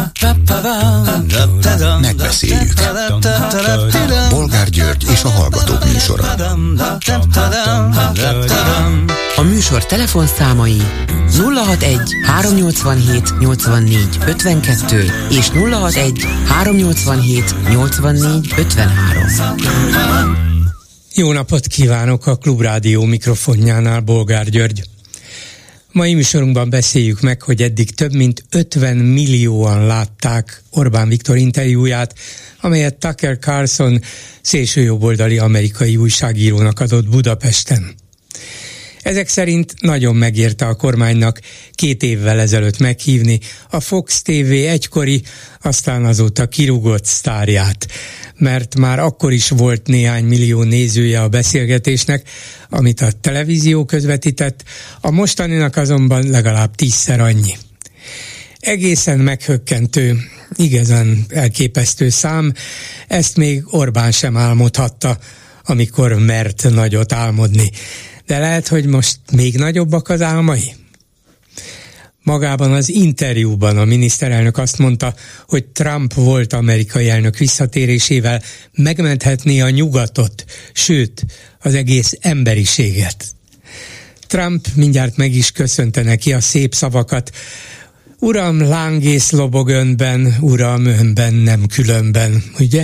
Megbeszéljük. Bolgár György és a Hallgatók műsora. A műsor telefonszámai 061 387 84 52 és 061 387 84 53. Jó napot kívánok, a Klubrádió mikrofonjánál Bolgár György. Mai műsorunkban beszéljük meg, hogy eddig több mint 50 millióan látták Orbán Viktor interjúját, amelyet Tucker Carlson szélsőjobboldali amerikai újságírónak adott Budapesten. Ezek szerint nagyon megérte a kormánynak 2 évvel ezelőtt meghívni a Fox TV egykori, aztán azóta kirúgott sztárját, mert már akkor is volt néhány millió nézője a beszélgetésnek, amit a televízió közvetített, a mostaninak azonban legalább 10-szer annyi. Egészen meghökkentő, igazán elképesztő szám, ezt még Orbán sem álmodhatta, amikor mert nagyot álmodni. De lehet, hogy most még nagyobbak az álmai? Magában az interjúban a miniszterelnök azt mondta, hogy Trump volt amerikai elnök visszatérésével megmenthetné a nyugatot, sőt, az egész emberiséget. Trump mindjárt meg is köszönte neki a szép szavakat. Uram, lángész lobog önben, uram, önben nem különben, ugye?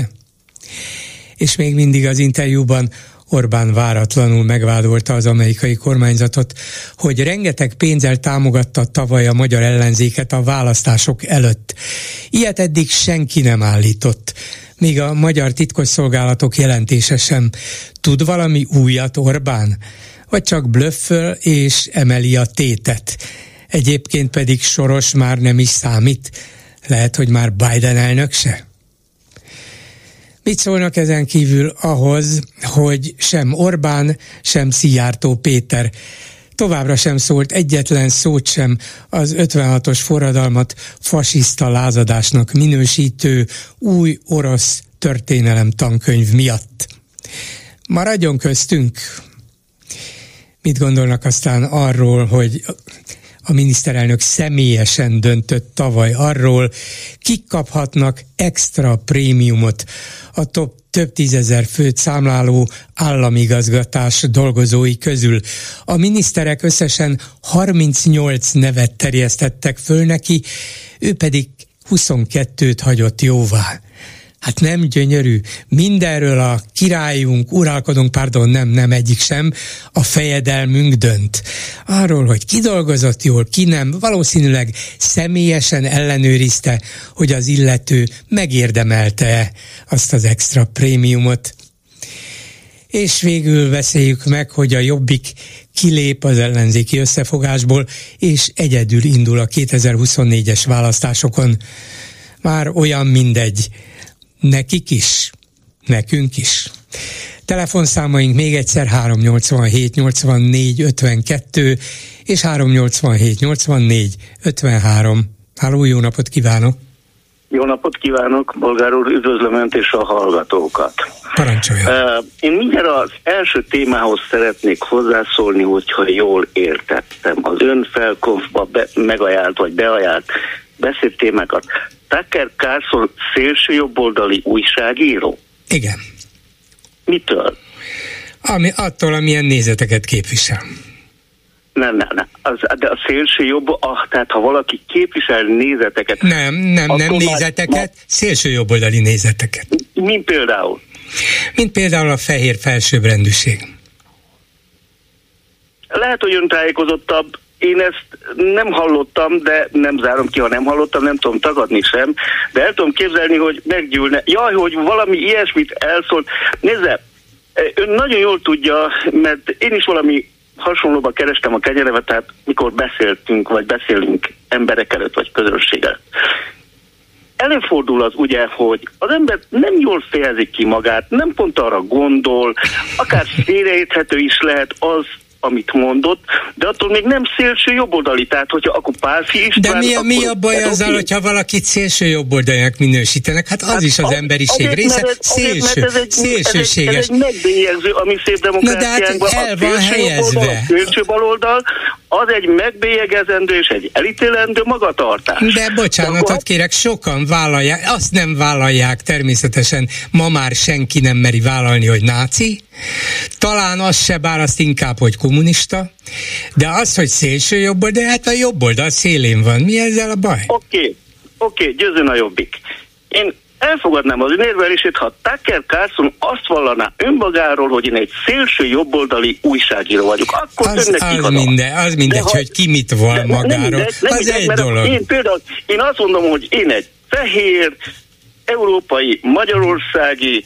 És még mindig az interjúban Orbán váratlanul megvádolta az amerikai kormányzatot, hogy rengeteg pénzzel támogatta tavaly a magyar ellenzéket a választások előtt. Ilyet eddig senki nem állított, még a magyar titkosszolgálatok jelentése sem. Tud valami újat Orbán? Vagy csak blöfföl és emeli a tétet? Egyébként pedig Soros már nem is számít? Lehet, hogy már Biden elnök se? Mit szólnak ezen kívül ahhoz, hogy sem Orbán, sem Szijjártó Péter továbbra sem szólt egyetlen szót sem az 56-os forradalmat fasiszta lázadásnak minősítő új orosz történelem tankönyv miatt? Maradjon köztünk. Mit gondolnak aztán arról, hogy a miniszterelnök személyesen döntött tavaly arról, kik kaphatnak extra prémiumot a több tízezer főt számláló államigazgatás dolgozói közül. A miniszterek összesen 38 nevet terjesztettek föl neki, ő pedig 22-t hagyott jóvá. Hát nem gyönyörű, mindenről a királyunk, uralkodunk, nem egyik sem, a fejedelmünk dönt. Arról, hogy ki dolgozott jól, ki nem, valószínűleg személyesen ellenőrizte, hogy az illető megérdemelte azt az extra prémiumot. És végül beszéljük meg, hogy a Jobbik kilép az ellenzéki összefogásból, és egyedül indul a 2024-es választásokon. Már olyan mindegy. Nekik is, nekünk is. Telefonszámaink még egyszer 387 84 52 és 387 84 53. Halló, jó napot kívánok! Jó napot kívánok, Bolgár úr, üdvözlöm Önt és a hallgatókat. Parancsoljon! Én mindjárt az első témához szeretnék hozzászólni, hogyha jól értettem. Az ön felkonfba megajánlt vagy beajánlt beszédtémákat. Tucker Carlson szélsőjobboldali újságíró? Igen. Mitől? Attól, amilyen nézeteket képvisel. Nem. De a tehát ha valaki képvisel nézeteket... Nem nézeteket, szélsőjobboldali nézeteket. Mint például? Mint például a fehér felsőbbrendűség. Lehet, hogy ön tájékozottabb. Én ezt nem hallottam, de nem zárom ki, ha nem hallottam, nem tudom tagadni sem, de el tudom képzelni, hogy meggyűlne. Jaj, hogy valami ilyesmit elszólt. Nézze, ön nagyon jól tudja, mert én is valami hasonlóban kerestem a kenyeremet, tehát mikor beszéltünk, vagy beszélünk emberek előtt, vagy közönség előtt. Előfordul az ugye, hogy az ember nem jól fejezi ki magát, nem pont arra gondol, akár félreérthető is lehet az, amit mondott, de attól még nem szélső jobboldali, tehát hogyha akkor Pálffy István... De mi a baj azzal, hogyha valakit szélső jobboldalinak minősítenek? Hát az is az emberiség része, szélsőséges. Ez egy megbélyegző, ami szép demokráciánkban. El van helyezve. A szélső baloldal, az egy megbélyegezendő és egy elítélendő magatartás. De bocsánatot kérek, sokan vállalják, azt nem vállalják természetesen, ma már senki nem meri vállalni, hogy náci, talán az se, bár azt inkább, hogy kommunista, de az, hogy szélső jobboldal, hát a jobboldal szélén van. Mi ezzel a baj? Oké, győzön a Jobbik. Én elfogadnám az önérvelését, ha Tucker Carlson azt vallaná önmagáról, hogy én egy szélső jobboldali újságíró vagyok. Akkor az mindegy, hogy ki mit vall magáról. Az egy dolog. Én azt mondom, hogy én egy fehér, európai, magyarországi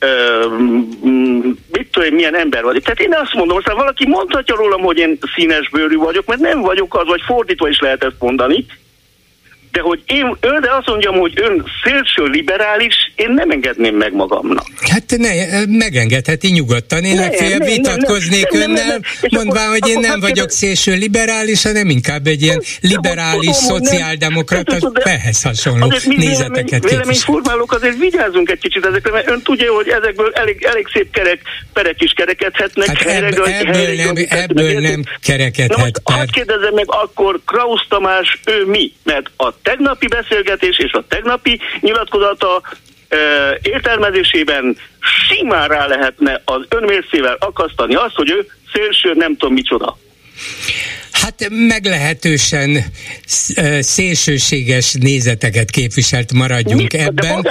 mit tudom, milyen ember vagyok. Tehát én azt mondom, aztán valaki mondhatja rólam, hogy én színesbőrű vagyok, mert nem vagyok az, vagy fordítva is lehet ezt mondani, de hogy de azt mondjam, hogy ön szélső liberális, én nem engedném meg magamnak. Hát megengedheti nyugodtan. Én legfeljebb vitatkoznék önnel, mondván, hogy én nem vagyok szélső liberális, hanem inkább egy ilyen liberális, szociáldemokrata, ehhez hasonló nézeteket képvisel. Véleményformálók, azért vigyázzunk egy kicsit ezekre, mert ön tudja, hogy ezekből elég szép perek is kerekedhetnek. Hát ebből nem kerekedhet. Hadd kérdezzem meg akkor, Krausz Tamás, ő mi? Mert a tegnapi beszélgetés és a tegnapi nyilatkozata értelmezésében simán rá lehetne az önmércével akasztani azt, hogy ő szélső nem tudom micsoda. Hát meglehetősen szélsőséges nézeteket képviselt, maradjunk ebben.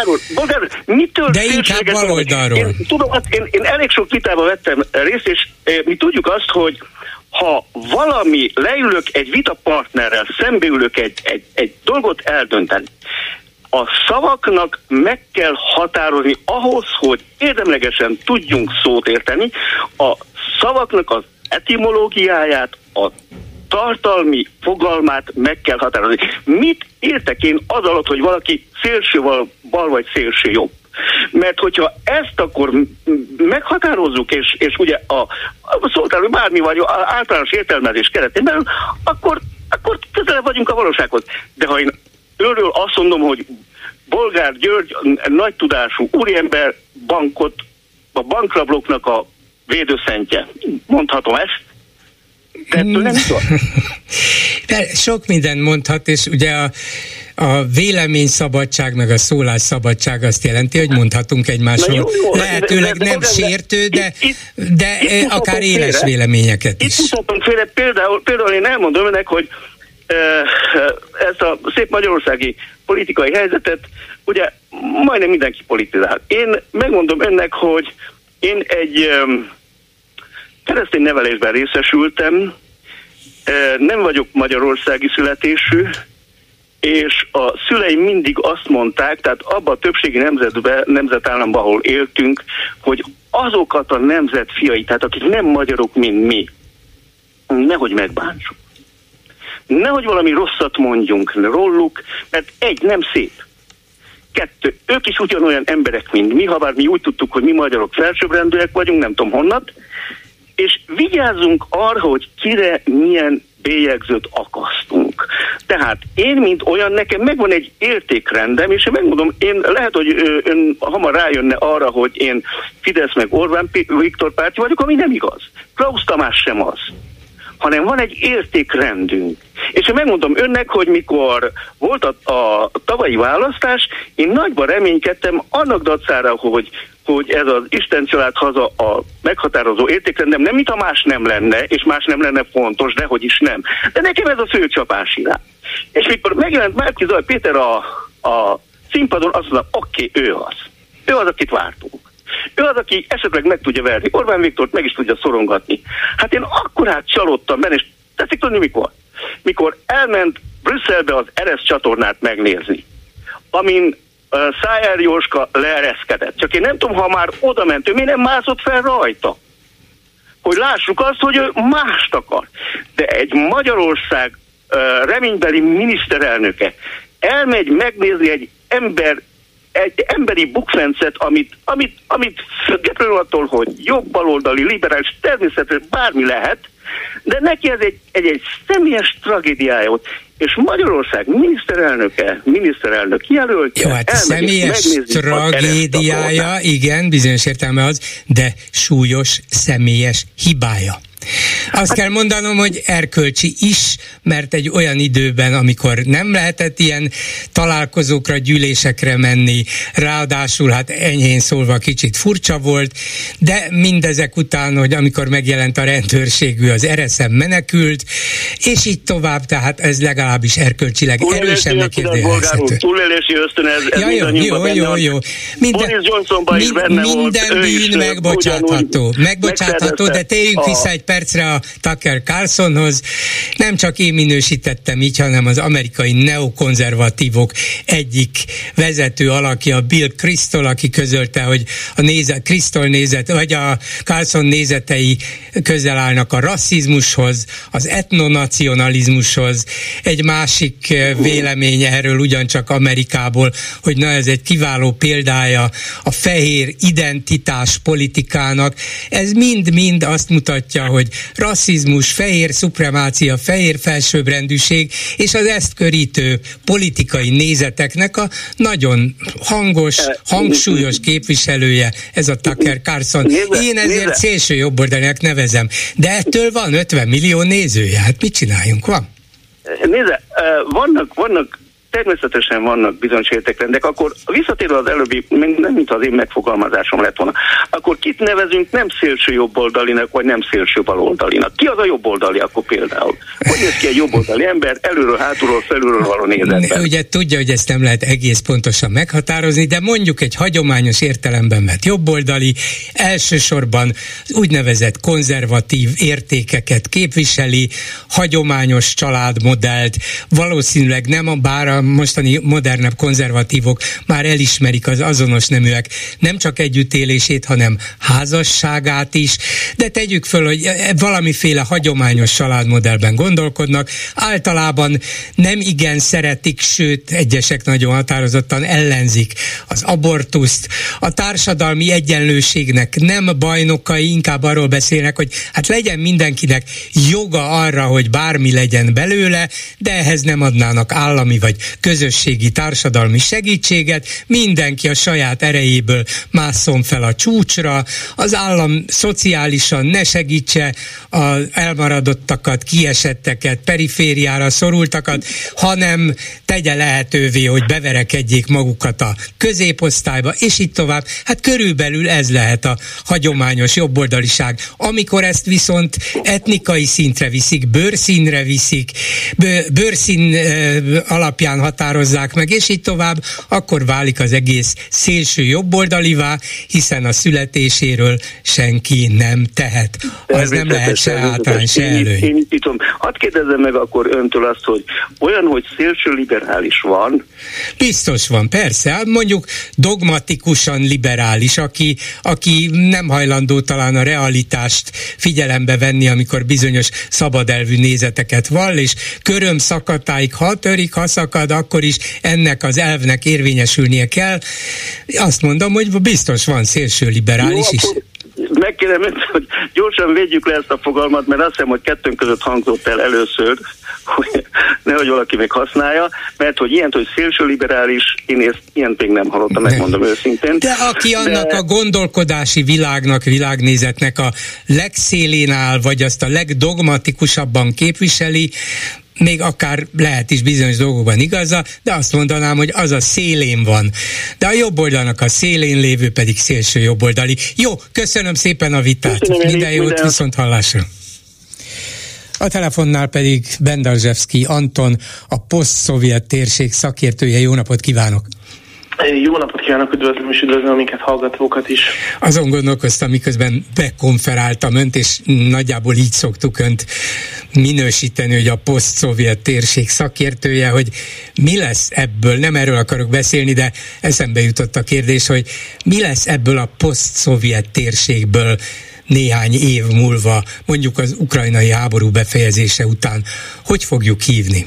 De inkább baloldalról. Én elég sok vitában vettem részt, és mi tudjuk azt, hogy ha valami, leülök egy vitapartnerrel, szembeülök egy dolgot eldönteni, a szavaknak meg kell határozni ahhoz, hogy érdemlegesen tudjunk szót érteni, a szavaknak az etimológiáját, a tartalmi fogalmát meg kell határozni. Mit értek én az alatt, hogy valaki szélső bal vagy szélső jobb? Mert hogyha ezt akkor meghatározzuk, és ugye szóltál, hogy bármi vagy általános értelmezés keretén belül, akkor közelebb vagyunk a valósághoz. De ha én őről azt mondom, hogy Bolgár György nagy tudású úriember, a bankrablóknak a védőszentje, mondhatom ezt, ettől nem tudom. Sok mindent mondhat, és ugye a véleményszabadság meg a szólásszabadság azt jelenti, hogy mondhatunk egymásról lehetőleg nem sértő, de akár éles véleményeket is. Itt mutatom félre, például én elmondom önnek, hogy ezt a szép magyarországi politikai helyzetet ugye majdnem mindenki politizál. Én megmondom önnek, hogy én egy keresztény nevelésben részesültem, nem vagyok magyarországi születésű, és a szüleim mindig azt mondták, tehát abban a többségi nemzetállamban, ahol éltünk, hogy azokat a nemzet fiai, tehát akik nem magyarok, mint mi, nehogy megbántsuk. Nehogy valami rosszat mondjunk róluk, mert egy, nem szép. 2, ők is ugyanolyan emberek, mint mi, habár mi úgy tudtuk, hogy mi magyarok felsőbbrendűek vagyunk, nem tudom honnan, és vigyázzunk arra, hogy kire milyen bélyegzőt akasztunk. Tehát én, mint olyan, nekem megvan egy értékrendem, és én megmondom, én lehet, hogy ön hamar rájönne arra, hogy én Fidesz meg Orbán Viktor párti vagyok, ami nem igaz. Krausz Tamás sem az, hanem van egy értékrendünk. És én megmondom önnek, hogy mikor volt a tavalyi választás, én nagyban reménykedtem annak dacára, hogy ez az Isten család haza a meghatározó értékrendem, nem mintha más nem lenne, és más nem lenne fontos, dehogy is nem. De nekem ez a főcsapás irány. És mikor megjelent Márki-Zay Péter a színpadon, azt mondta, oké, ő az. Ő az, akit vártunk. Ő az, aki esetleg meg tudja verni. Orbán Viktort meg is tudja szorongatni. Hát én akkorát csalódtam benne, és teszik tudni mikor? Mikor elment Brüsszelbe az Eresz csatornát megnézni, amin Szájer Jóska leereszkedett. Csak én nem tudom, ha már oda ment, ő miért nem mászott fel rajta? Hogy lássuk azt, hogy ő mást akar. De egy Magyarország reménybeli miniszterelnöke elmegy megnézni egy emberi bukfencet, amit függetlenül attól, hogy jobb baloldali, liberális, természetesen bármi lehet, de neki ez egy személyes tragédiája, és Magyarország miniszterelnök jelöltje. Jó, hát személyes tragédiája, igen, bizonyos értelme az, de súlyos személyes hibája. Azt kell mondanom, hogy erkölcsi is, mert egy olyan időben, amikor nem lehetett ilyen találkozókra, gyűlésekre menni, ráadásul hát enyhén szólva kicsit furcsa volt, de mindezek után, hogy amikor megjelent a rendőrségű, az ereszem menekült, és így tovább, tehát ez legalábbis erkölcsileg erősen megkérdőjelezhető. Túlélési ösztön, ez mindannyiunkban benne van. Jó. Boris Johnsonban is benne volt. Minden bűn megbocsátható, de térjünk vissza egy percre a Tucker Carlsonhoz. Nem csak én minősítettem így, hanem az amerikai neokonzervatívok egyik vezető alakja, Bill Kristol, aki közölte, hogy Kristol nézet, vagy a Carlson nézetei közel állnak a rasszizmushoz, az etnonacionalizmushoz. Egy másik vélemény erről ugyancsak Amerikából, hogy na, ez egy kiváló példája a fehér identitás politikának. Ez mind-mind azt mutatja, hogy rasszizmus, fehér szupremácia, fehér felsőbbrendűség és az ezt körítő politikai nézeteknek a nagyon hangsúlyos képviselője ez a Tucker Carlson. Én ezért szélső jobboldalinak nevezem, de ettől van 50 millió nézője. Hát mit csináljunk? Nézze, vannak természetesen vannak bizonyos értékrendek, akkor visszatérve az előbbi, nem mint az én megfogalmazásom lett volna, akkor kit nevezünk nem szélső jobboldalinak, vagy nem szélső baloldalinak? Ki az a jobboldali akkor például? Hogy néz ki egy jobboldali ember előről, hátulról, felülről való nézetben? Ugye tudja, hogy ezt nem lehet egész pontosan meghatározni, de mondjuk egy hagyományos értelemben vett jobboldali elsősorban úgynevezett konzervatív értékeket képviseli, hagyományos családmodellt, valószínűleg nem bár a mostani modernebb konzervatívok már elismerik az azonos neműek nem csak együttélését, hanem házasságát is, de tegyük föl, hogy valamiféle hagyományos családmodellben gondolkodnak, általában nem igen szeretik, sőt, egyesek nagyon határozottan ellenzik az abortuszt, a társadalmi egyenlőségnek nem bajnokai, inkább arról beszélnek, hogy hát legyen mindenkinek joga arra, hogy bármi legyen belőle, de ehhez nem adnának állami vagy közösségi társadalmi segítséget, mindenki a saját erejéből másszon fel a csúcsra, az állam szociálisan ne segítse az elmaradottakat, kiesetteket, perifériára szorultakat, hanem tegye lehetővé, hogy beverekedjék magukat a középosztályba, és így tovább. Hát körülbelül ez lehet a hagyományos jobboldaliság. Amikor ezt viszont etnikai szintre viszik, bőrszínre viszik, bőrszín alapján határozzák meg, és így tovább, akkor válik az egész szélső jobboldalivá, hiszen a születéséről senki nem tehet. Az nem lehet se hátrány, se előny. Hadd kérdezzem meg akkor öntől azt, hogy olyan, hogy szélső liberális van? Biztos van, persze. Mondjuk dogmatikusan liberális, aki nem hajlandó talán a realitást figyelembe venni, amikor bizonyos szabadelvű nézeteket vall, és körömszakatáig, ha törik, ha szakad, akkor is ennek az elvnek érvényesülnie kell. Azt mondom, hogy biztos van szélső liberális is. Megkérem, hogy gyorsan védjük le ezt a fogalmat, mert azt hiszem, hogy kettőnk között hangzott el először, hogy nehogy valaki még használja, mert hogy ilyent, hogy szélső liberális, én ilyent még nem hallottam, megmondom őszintén. De aki annak a gondolkodási világnak, világnézetnek a legszélén áll, vagy azt a legdogmatikusabban képviseli, még akár lehet is bizonyos dolgokban igaza, de azt mondanám, hogy az a szélén van. De a jobb oldalnak a szélén lévő pedig szélső jobboldali. Jó, köszönöm szépen a vitát. Köszönöm, minden jót, viszont hallásra. A telefonnál pedig Bendarzsevszky Anton, a posztszovjet térség szakértője. Jó napot kívánok! Jó napot kívánok, üdvözlöm és üdvözlöm minket hallgatókat is. Azon gondolkoztam, miközben bekonferáltam önt, és nagyjából így szoktuk önt minősíteni, hogy a posztszovjet térség szakértője, hogy mi lesz ebből, nem erről akarok beszélni, de eszembe jutott a kérdés, hogy mi lesz ebből a posztszovjet térségből néhány év múlva, mondjuk az ukrajnai háború befejezése után. Hogy fogjuk hívni?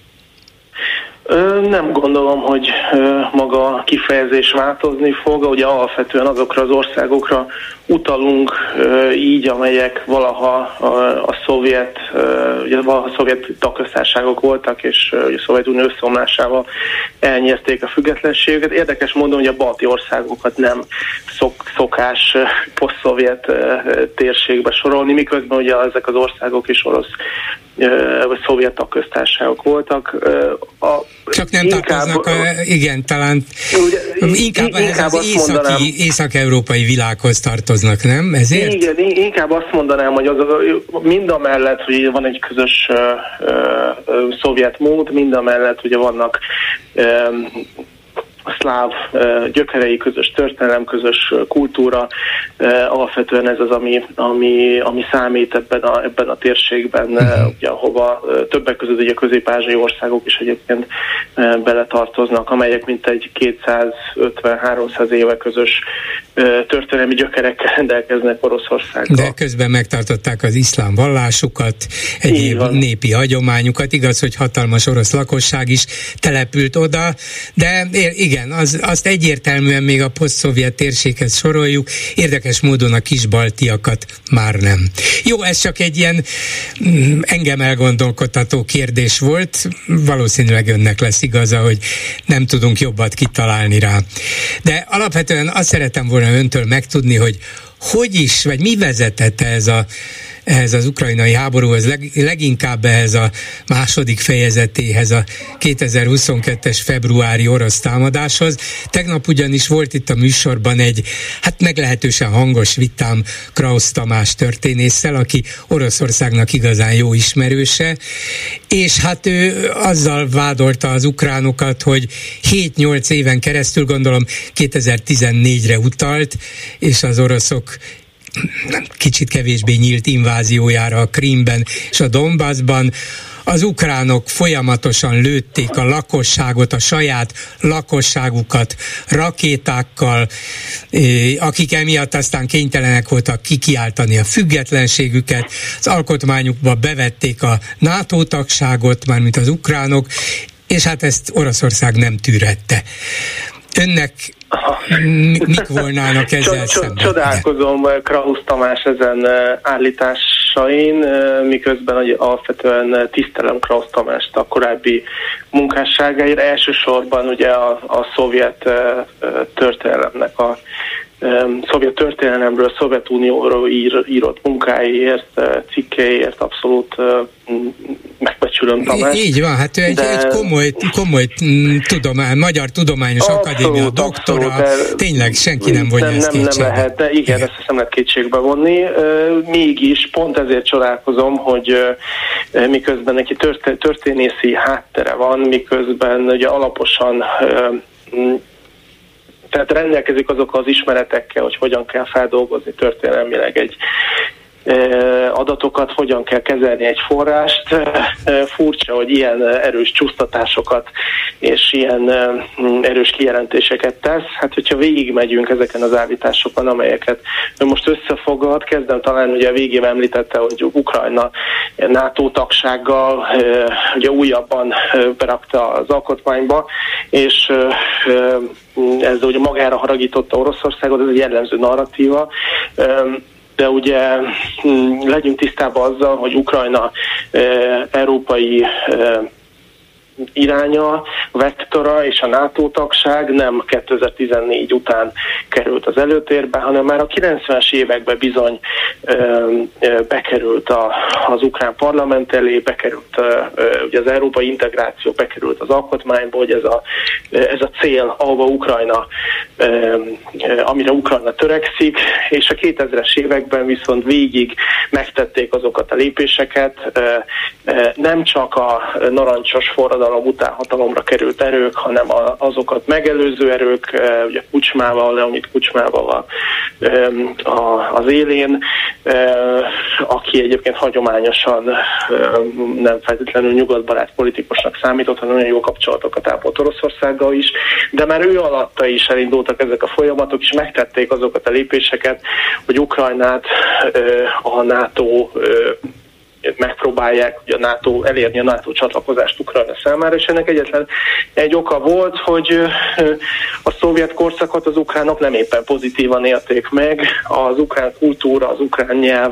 Nem gondolom, hogy maga a kifejezés változni fog, ugye alapvetően azokra az országokra utalunk így, amelyek valaha a szovjet tagköztárságok voltak, és a Szovjetunió összeomlásával elnyerték a függetlenségüket. Érdekes módon, hogy a balti országokat nem szokás poszt-szovjet térségbe sorolni, miközben ugye ezek az országok is orosz vagy szovjet tagköztárságok voltak. Csak nem tartoznak, igen, talán inkább az észak-európai világhoz tartoznak, nem? Ezért? Igen, inkább azt mondanám, hogy mind a mellett, hogy van egy közös szovjet mód, mind a mellett ugye vannak a szláv gyökerei, közös történelem, közös kultúra, alapvetően ez az, ami számít ebben a térségben, ugye, ahova többek között ugye a közép-ázsiai országok is egyébként beletartoznak, amelyek mintegy 250-300 éve közös történelmi gyökerekkel rendelkeznek Oroszországgal. De közben megtartották az iszlám vallásukat, egyéb népi hagyományukat, igaz, hogy hatalmas orosz lakosság is települt oda, de igen, azt egyértelműen még a posztszovjet térséghez soroljuk, érdekes módon a kisbaltiakat már nem. Jó, ez csak egy ilyen engem elgondolkodtató kérdés volt, valószínűleg önnek lesz igaza, hogy nem tudunk jobbat kitalálni rá. De alapvetően azt szeretem volna öntől megtudni, hogy is, vagy mi vezetett ehhez az ukrajnai háborúhoz, leginkább ehhez a második fejezetéhez, a 2022-es februári orosz támadáshoz. Tegnap ugyanis volt itt a műsorban egy meglehetősen hangos vitám Krausz Tamás történésszel, aki Oroszországnak igazán jó ismerőse, és ő azzal vádolta az ukránokat, hogy 7-8 éven keresztül, gondolom 2014-re utalt, és az oroszok kicsit kevésbé nyílt inváziójára a Krímben és a Donbassban. Az ukránok folyamatosan lőtték a lakosságot, a saját lakosságukat rakétákkal, akik emiatt aztán kénytelenek voltak kikiáltani a függetlenségüket, az alkotmányukba bevették a NATO tagságot, mármint az ukránok, és ezt Oroszország nem tűrhette. Önnek mik volnának ezzel szemben? Csodálkozom Krausz Tamás ezen állításain, miközben alapvetően tisztelem Krausz Tamást a korábbi munkásságaira, elsősorban ugye a szovjet történelemnek szovjet történelemről, Szovjetunióról írott munkáiért, cikkeiért abszolút megbecsülöm Tamás. Így van, ő egy komoly tudomány, Magyar Tudományos Akadémia doktora, tényleg senki nem vonja ezt kétségbe. Nem lehet, de igen, ezt nem lehet kétségbe vonni. Mégis pont ezért csodálkozom, hogy miközben neki történészi háttere van, miközben ugye alaposan tehát rendelkezik azokkal az ismeretekkel, hogy hogyan kell feldolgozni történelmileg egy adatokat, hogyan kell kezelni egy forrást. Furcsa, hogy ilyen erős csúsztatásokat és ilyen erős kijelentéseket tesz. Hogyha végigmegyünk ezeken az állításokon, amelyeket most összefogad, kezdem talán ugye a végén említette, hogy Ukrajna NATO tagsággal ugye újabban berakta az alkotmányba, és ez ugye magára haragította Oroszországot, ez egy jellemző narratíva. De ugye legyünk tisztában azzal, hogy Ukrajna európai iránya, vektora és a NATO tagság nem 2014 után került az előtérbe, hanem már a 90-es években bizony bekerült az ukrán parlament elé, bekerült ugye az európai integráció, bekerült az alkotmányba, hogy ez a cél, ahova amire Ukrajna törekszik, és a 2000-es években viszont végig megtették azokat a lépéseket, nem csak a narancsos forradalom után hatalomra került erők, hanem azokat megelőző erők, ugye Kucsmával, Leonid Kucsmával az élén, aki egyébként hagyományosan nem feltétlenül nyugatbarát politikusnak számított, hanem nagyon jó kapcsolatokat ápolt Oroszországgal is, de már ő alatta is elindultak ezek a folyamatok, és megtették azokat a lépéseket, hogy Ukrajnát a NATO megpróbálják ugye elérni a NATO csatlakozást Ukrajna számára, és ennek egyetlen egy oka volt, hogy a szovjet korszakot az ukránok nem éppen pozitívan élték meg, az ukrán kultúra, az ukrán nyelv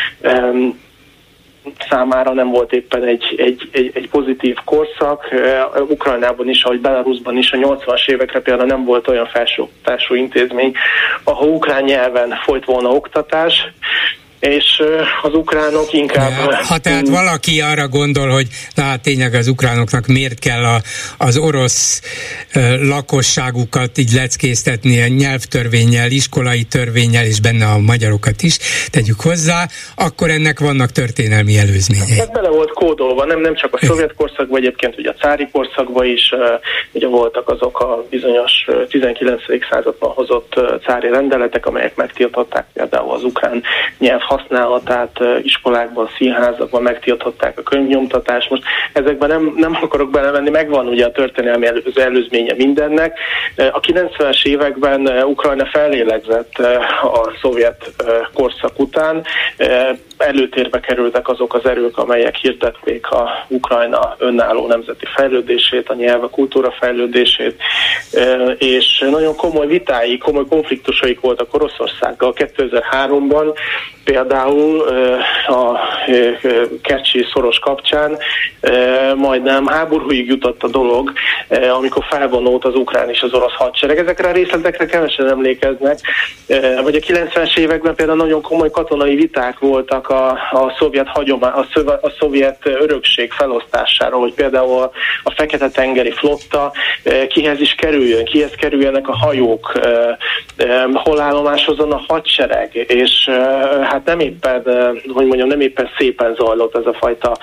számára nem volt éppen egy pozitív korszak. Ukrajnában is, ahogy Belarusban is a 80-as évekre például nem volt olyan felsőoktatású intézmény, ahol ukrán nyelven folyt volna oktatás, és az ukránok inkább... Ha tehát valaki arra gondol, hogy tényleg az ukránoknak miért kell az orosz lakosságukat így leckéztetni a nyelvtörvénnyel, iskolai törvénnyel, és benne a magyarokat is, tegyük hozzá, akkor ennek vannak történelmi előzményei. Ez bele volt kódolva, nem csak a szovjet korszakban, egyébként ugye a cári korszakban is, ugye voltak azok a bizonyos 19. században hozott cári rendeletek, amelyek megtiltották például az ukrán nyelv használatát, iskolákban, színházakban megtiltották a könyvnyomtatást. Most ezekben nem akarok belemenni, megvan ugye a történelmi előzménye mindennek. A 90-es években Ukrajna fellélegzett a szovjet korszak után. Előtérbe kerültek azok az erők, amelyek hirdették a Ukrajna önálló nemzeti fejlődését, a nyelv, a kultúra fejlődését, és nagyon komoly vitáik, komoly konfliktusaik voltak Oroszországgal 2003-ban, például a Kercsi szoros kapcsán majdnem háborúig jutott a dolog, amikor felvonult az ukrán és az orosz hadsereg. Ezekre a részletekre kevesen emlékeznek, vagy a 90-es években például nagyon komoly katonai viták voltak a szovjet hagyomány, a szovjet örökség felosztásáról, hogy például a Fekete-tengeri flotta kihez is kerüljön, kihez kerüljenek a hajók, hol állomásozon a hadsereg, és hát nem éppen szépen zajlott ez a fajta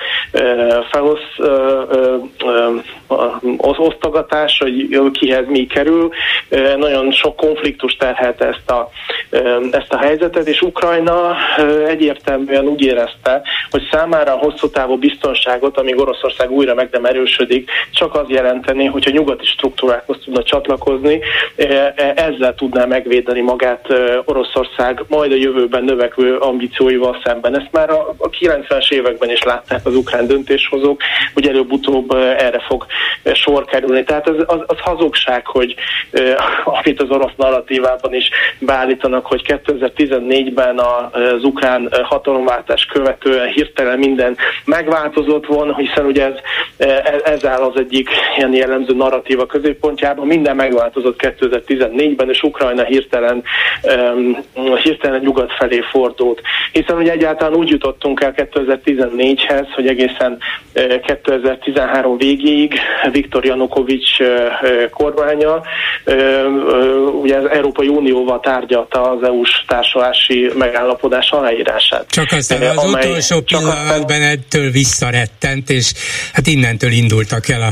osztogatás, hogy kihez mi kerül. Nagyon sok konfliktus terhelte ezt a helyzetet, és Ukrajna egyértelműen úgy érezte, hogy számára a hosszú távú biztonságot, amíg Oroszország újra meg nem erősödik, csak az jelenteni, hogyha nyugati struktúrákhoz tudna csatlakozni, ezzel tudná megvédeni magát Oroszország majd a jövőben növekvő ambícióival szemben. Ezt már a 90-es években is látták az ukrán döntéshozók, hogy előbb-utóbb erre fog sor kerülni. Tehát az hazugság, hogy amit az orosz narratívában is beállítanak, hogy 2014-ben az ukrán hatalomváltás követően hirtelen minden megváltozott volna, hiszen ugye ez áll az egyik ilyen jellemző narratíva középpontjában. Minden megváltozott 2014-ben, és Ukrajna hirtelen nyugat felé fordult. Hiszen ugye egyáltalán úgy jutottunk el 2014-hez, hogy egészen 2013 végéig Viktor Janukovics kormánya ugye az Európai Unióval tárgyalta az EU-s társulási megállapodás aláírását. Csak aztán az utolsó pillanatban ettől visszarettent, és hát innentől indultak el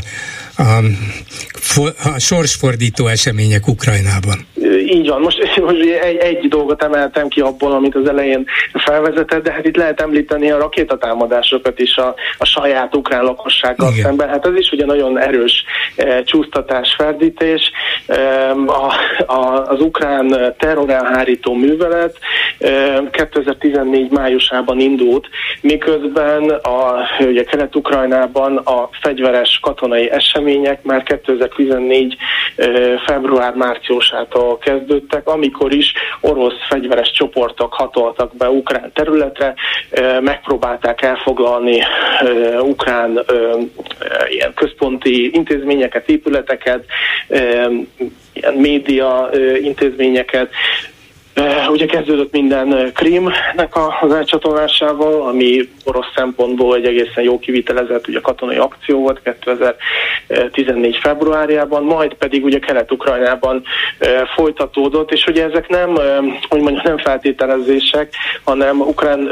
a sorsfordító események Ukrajnában. Így van. Most egy dolgot emeltem ki abból, amit az elején felvezetett, de hát itt lehet említeni a rakétatámadásokat is a saját ukrán lakossággal szemben. Hát ez is ugye nagyon erős csúsztatás, ferdítés. Az ukrán terrorelhárító művelet 2014 májusában indult, miközben ugye Kelet-Ukrajnában a fegyveres katonai események már 2014 február-márciusától kezdődtek, amikor is orosz fegyveres csoportok hatoltak be ukrán területre, megpróbálták elfoglalni ukrán ilyen központi intézményeket, épületeket, ilyen média intézményeket. Ugye kezdődött minden Krímnek az elcsatolásával, ami orosz szempontból egy egészen jó kivitelezett ugye katonai akció volt 2014 februárjában, majd pedig ugye Kelet-Ukrajnában folytatódott, és ugye ezek nem feltételezések, hanem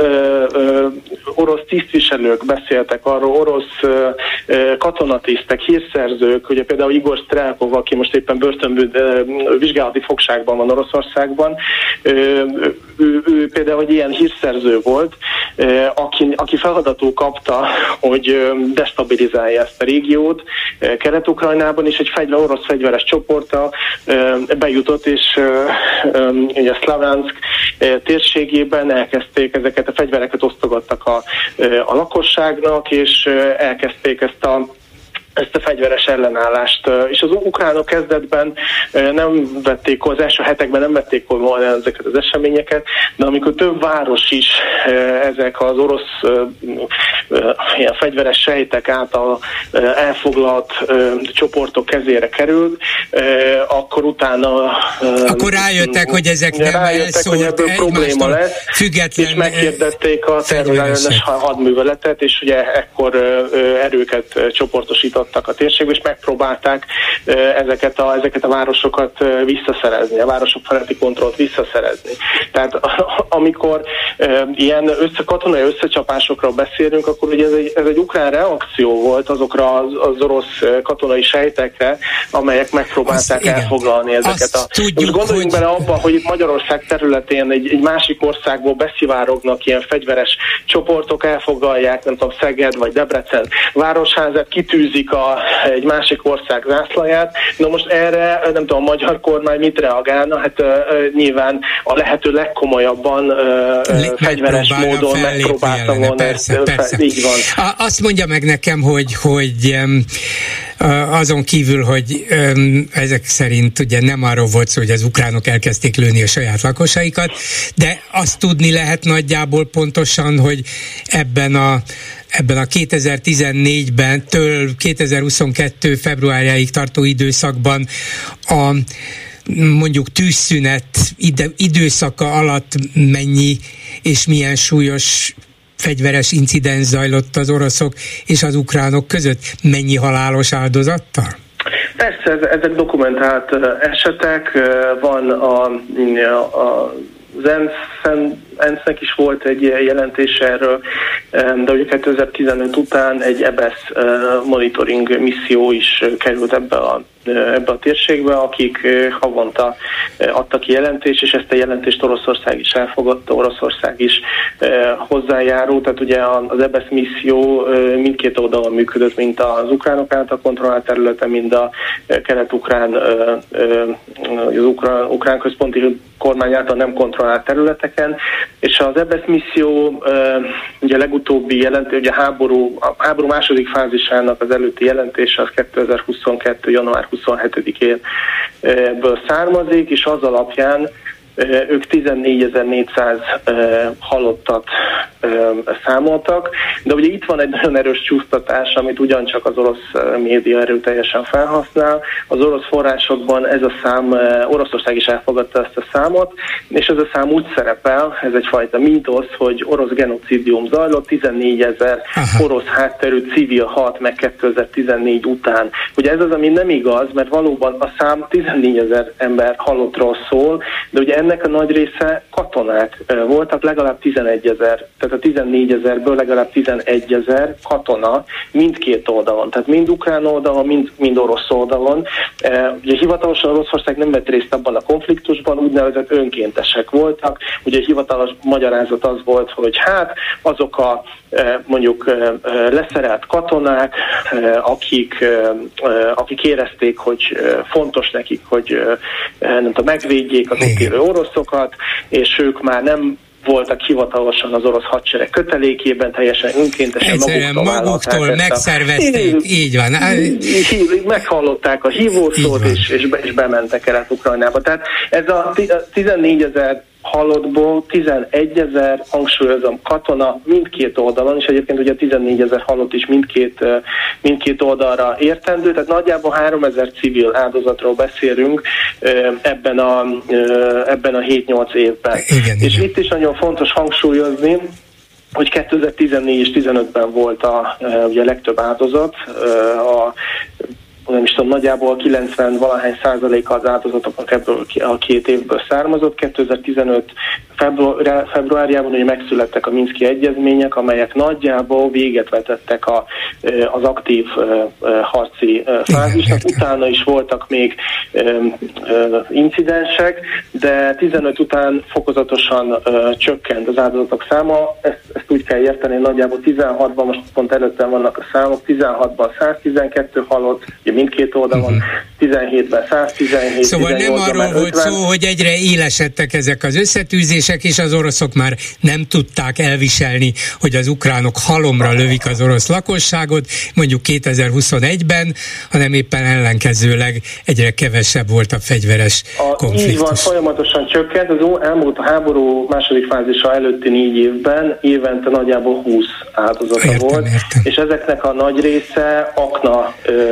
orosz tisztviselők beszéltek arról, orosz katonatisztek, hírszerzők, ugye például Igor Strelkov, aki most éppen vizsgálati fogságban van Oroszországban, ő például egy ilyen hírszerző volt, aki feladatul kapta, hogy destabilizálja ezt a régiót Kelet-Ukrajnában, és egy orosz fegyveres csoporttal bejutott, és ugye Szlavjanszk térségében elkezdték ezeket a fegyvereket osztogattak a lakosságnak, és elkezdték ezt a fegyveres ellenállást. És az ukránok kezdetben nem vették, az első hetekben nem vették volna ezeket az eseményeket, de amikor több város is ezek az orosz ilyen fegyveres sejtek által elfoglalt csoportok kezére került, akkor utána akkor rájöttek, hogy ezek nem elszólt egymástól független, és megkérdezték a terrorellenes hadműveletet, és ugye ekkor erőket csoportosítottak a térségbe, és megpróbálták ezeket a városokat visszaszerezni, a városok feletti kontrollt visszaszerezni. Tehát amikor ilyen katonai összecsapásokról beszélünk, akkor ugye ez egy ukrán reakció volt azokra az orosz katonai sejtekre, amelyek megpróbálták elfoglalni ezeket Most gondoljunk bele abba, hogy itt Magyarország területén egy másik országból beszivárognak ilyen fegyveres csoportok, elfoglalják, nem tudom, Szeged vagy Debrecen városházát, kitűzik egy másik ország zászlaját. Na most erre, nem tudom, a magyar kormány mit reagálna? Hát nyilván a lehető legkomolyabban fegyveres módon megpróbálta volna. Persze. Így van. Azt mondja meg nekem, hogy azon kívül, hogy ezek szerint ugye nem arról volt szó, hogy az ukránok elkezdték lőni a saját lakosaikat, de azt tudni lehet nagyjából pontosan, hogy ebben a 2014-ben től 2022 februárjáig tartó időszakban a mondjuk tűzszünet időszaka alatt mennyi és milyen súlyos fegyveres incidens zajlott az oroszok és az ukránok között? Mennyi halálos áldozattal? Persze, ezek dokumentált esetek, van az ENSZ-nek is volt egy jelentése erről, de ugye 2015 után egy EBS monitoring misszió is került ebbe a térségbe, akik havonta adtak ki jelentést, és ezt a jelentést Oroszország is elfogadta, Oroszország is hozzájárult, tehát ugye az EBS misszió mindkét oldalon működött, mint az ukránok által kontrollált területen, mind a kelet-ukrán, az ukrán központi kormány által nem kontrollált területeken, és az EBS misszió ugye legutóbbi jelentés, ugye a háború második fázisának az előtti jelentése az 2022. január 27-énből származik, és az alapján ők 14.400 halottat számoltak, de ugye itt van egy nagyon erős csúsztatás, amit ugyancsak az orosz média erőteljesen felhasznál. Az orosz forrásokban ez a szám, Oroszország is elfogadta ezt a számot, és ez a szám úgy szerepel, ez egyfajta mítosz, hogy orosz genocidium zajlott, 14.000 orosz hátterű civil halt meg 2014 után. Ugye ez az, ami nem igaz, mert valóban a szám 14.000 ember halottról szól, de ugye ennek a nagy része katonák voltak, legalább 11.000, tehát a 14.000-ből legalább 11.000 katona mindkét oldalon, tehát mind ukrán oldalon, mind orosz oldalon. Ugye hivatalosan Oroszország nem vett részt abban a konfliktusban, úgynevezett önkéntesek voltak. Ugye a hivatalos magyarázat az volt, hogy hát azok a mondjuk leszerelt katonák, akik érezték, hogy fontos nekik, hogy nem tudom, megvédjék az ott élő oroszokat, és ők már nem voltak hivatalosan az orosz hadsereg kötelékében, teljesen önkéntesen maguktól megszervezték, így van. Meghallották a hívószót, és bementek Kelet-Ukrajnába. Tehát ez a 14.000 halottból 11.000, hangsúlyozom, katona mindkét oldalon, és egyébként ugye 14.000 halott is mindkét oldalra értendő, tehát nagyjából 3.000 civil áldozatról beszélünk ebben a 7-8 évben. Igen, és igen. Itt is nagyon fontos hangsúlyozni, hogy 2014 és 2015-ben volt ugye a legtöbb áldozat, nem is tudom, nagyjából 90-valahány százaléka az áldozatoknak ebből a 2 évből származott. 2015 februárjában ugye megszülettek a Minszki egyezmények, amelyek nagyjából véget vetettek az aktív harci fázisnak. Utána is voltak még incidensek, de 15 után fokozatosan csökkent az áldozatok száma. Ezt úgy kell érteni, nagyjából 16-ban, most pont előttem vannak a számok, 16-ban 112 halott, ugye mindkét oldalon, 17-ben 117, szóval nem arról volt szó, hogy egyre élesedtek ezek az összetűzések, és az oroszok már nem tudták elviselni, hogy az ukránok halomra lövik az orosz lakosságot, mondjuk 2021-ben, hanem éppen ellenkezőleg egyre kevesebb volt a fegyveres konfliktus. Így van, folyamatosan csökkent. Az elmúlt a háború második fázisa előtti 4 évben évente nagyjából 20 áldozata volt, és ezeknek a nagy része akna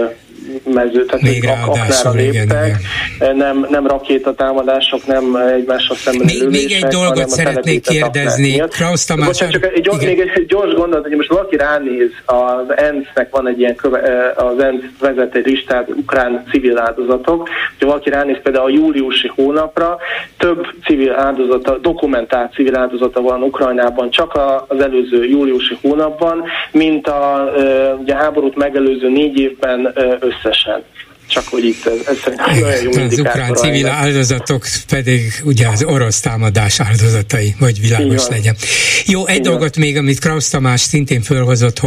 mező, tehát aknára léptek, nem rakétatámadások, nem egymással szemben lövések. Még egy dolgot szeretnék kérdezni. Krausz Tamás. Bocsánat, csak még egy gyors gondolat, hogy most valaki ránéz, az ENSZ-nek van egy ilyen, az ENSZ vezet egy listát, ukrán civil áldozatok, hogyha valaki ránéz például a júliusi hónapra, több civil áldozata, dokumentált civil áldozata van Ukrajnában csak az előző júliusi hónapban, mint a háborút megelőző 4 évben összesen. Csak hogy itt ez szerintem nagyon jó indikátor. Az ukrán civil áldozatok pedig ugye az orosz támadás áldozatai, hogy világos legyen. Jó, egy dolgot még, amit Krausz Tamás szintén fölhozott,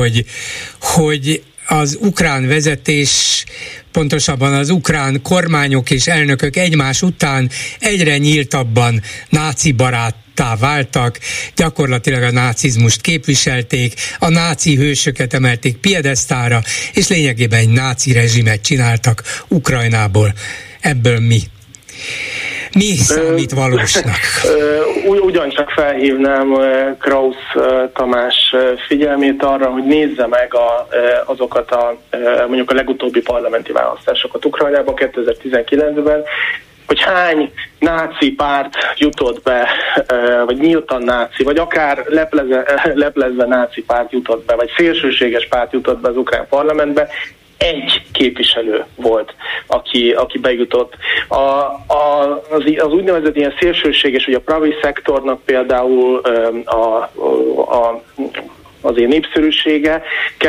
hogy az ukrán vezetés, pontosabban az ukrán kormányok és elnökök egymás után egyre nyíltabban náci baráttá váltak, gyakorlatilag a nácizmust képviselték, a náci hősöket emelték piedesztára, és lényegében egy náci rezsimet csináltak Ukrajnából. Ebből mi? Mi számít valósnak? Ugyancsak felhívnám Krausz Tamás figyelmét arra, hogy nézze meg azokat mondjuk a legutóbbi parlamenti választásokat Ukrajnában 2019-ben, hogy hány náci párt jutott be, vagy nyíltan náci, vagy akár leplezve náci párt jutott be, vagy szélsőséges párt jutott be az ukrán parlamentbe. Egy képviselő volt, aki bejutott. Az úgynevezett ilyen szélsőséges, hogy a pravi szektornak például az én népszerűsége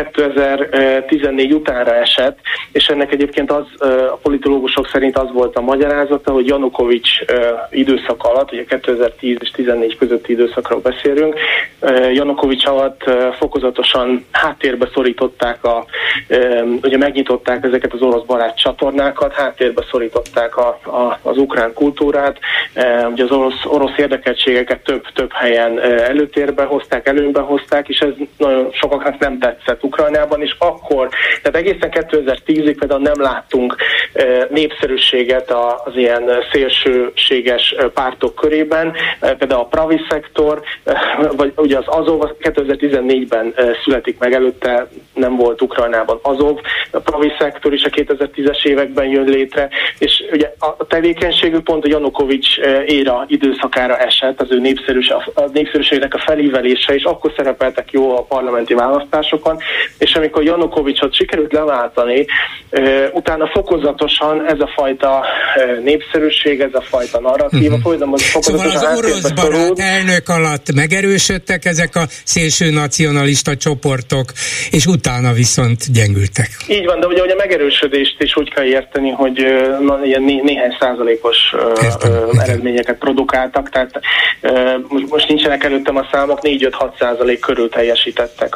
2014 utánra esett, és ennek egyébként a politológusok szerint az volt a magyarázata, hogy Janukovics időszak alatt, ugye 2010 és 2014 közötti időszakról beszélünk, Janukovics alatt fokozatosan háttérbe szorították, ugye megnyitották ezeket az orosz barát csatornákat, háttérbe szorították az ukrán kultúrát, ugye az orosz érdekeltségeket több helyen előnybe hozták, és ez nagyon sokaknak nem tetszett Ukrajnában, és akkor, tehát egészen 2010-ig például nem láttunk népszerűséget az ilyen szélsőséges pártok körében, például a pravi szektor, vagy ugye az Azov 2014-ben születik meg, előtte nem volt Ukrajnában Azov, a pravi szektor is a 2010-es években jön létre, és ugye a tevékenységük pont a Janukovics éra időszakára esett, az ő népszerűségnek a felívelése, és akkor szerepeltek jó a parlamenti választásokon, és amikor Janukovicsot sikerült leváltani, utána fokozatosan ez a fajta népszerűség, ez a fajta narratíva, fokozatosan szóval az orosz barát elnök alatt megerősödtek ezek a szélső nacionalista csoportok, és utána viszont gyengültek. Így van, de ugye a megerősödést is úgy kell érteni, hogy ilyen néhány százalékos eredményeket produkáltak, tehát most nincsenek előttem a számok, 4-5-6% körül teljesítettek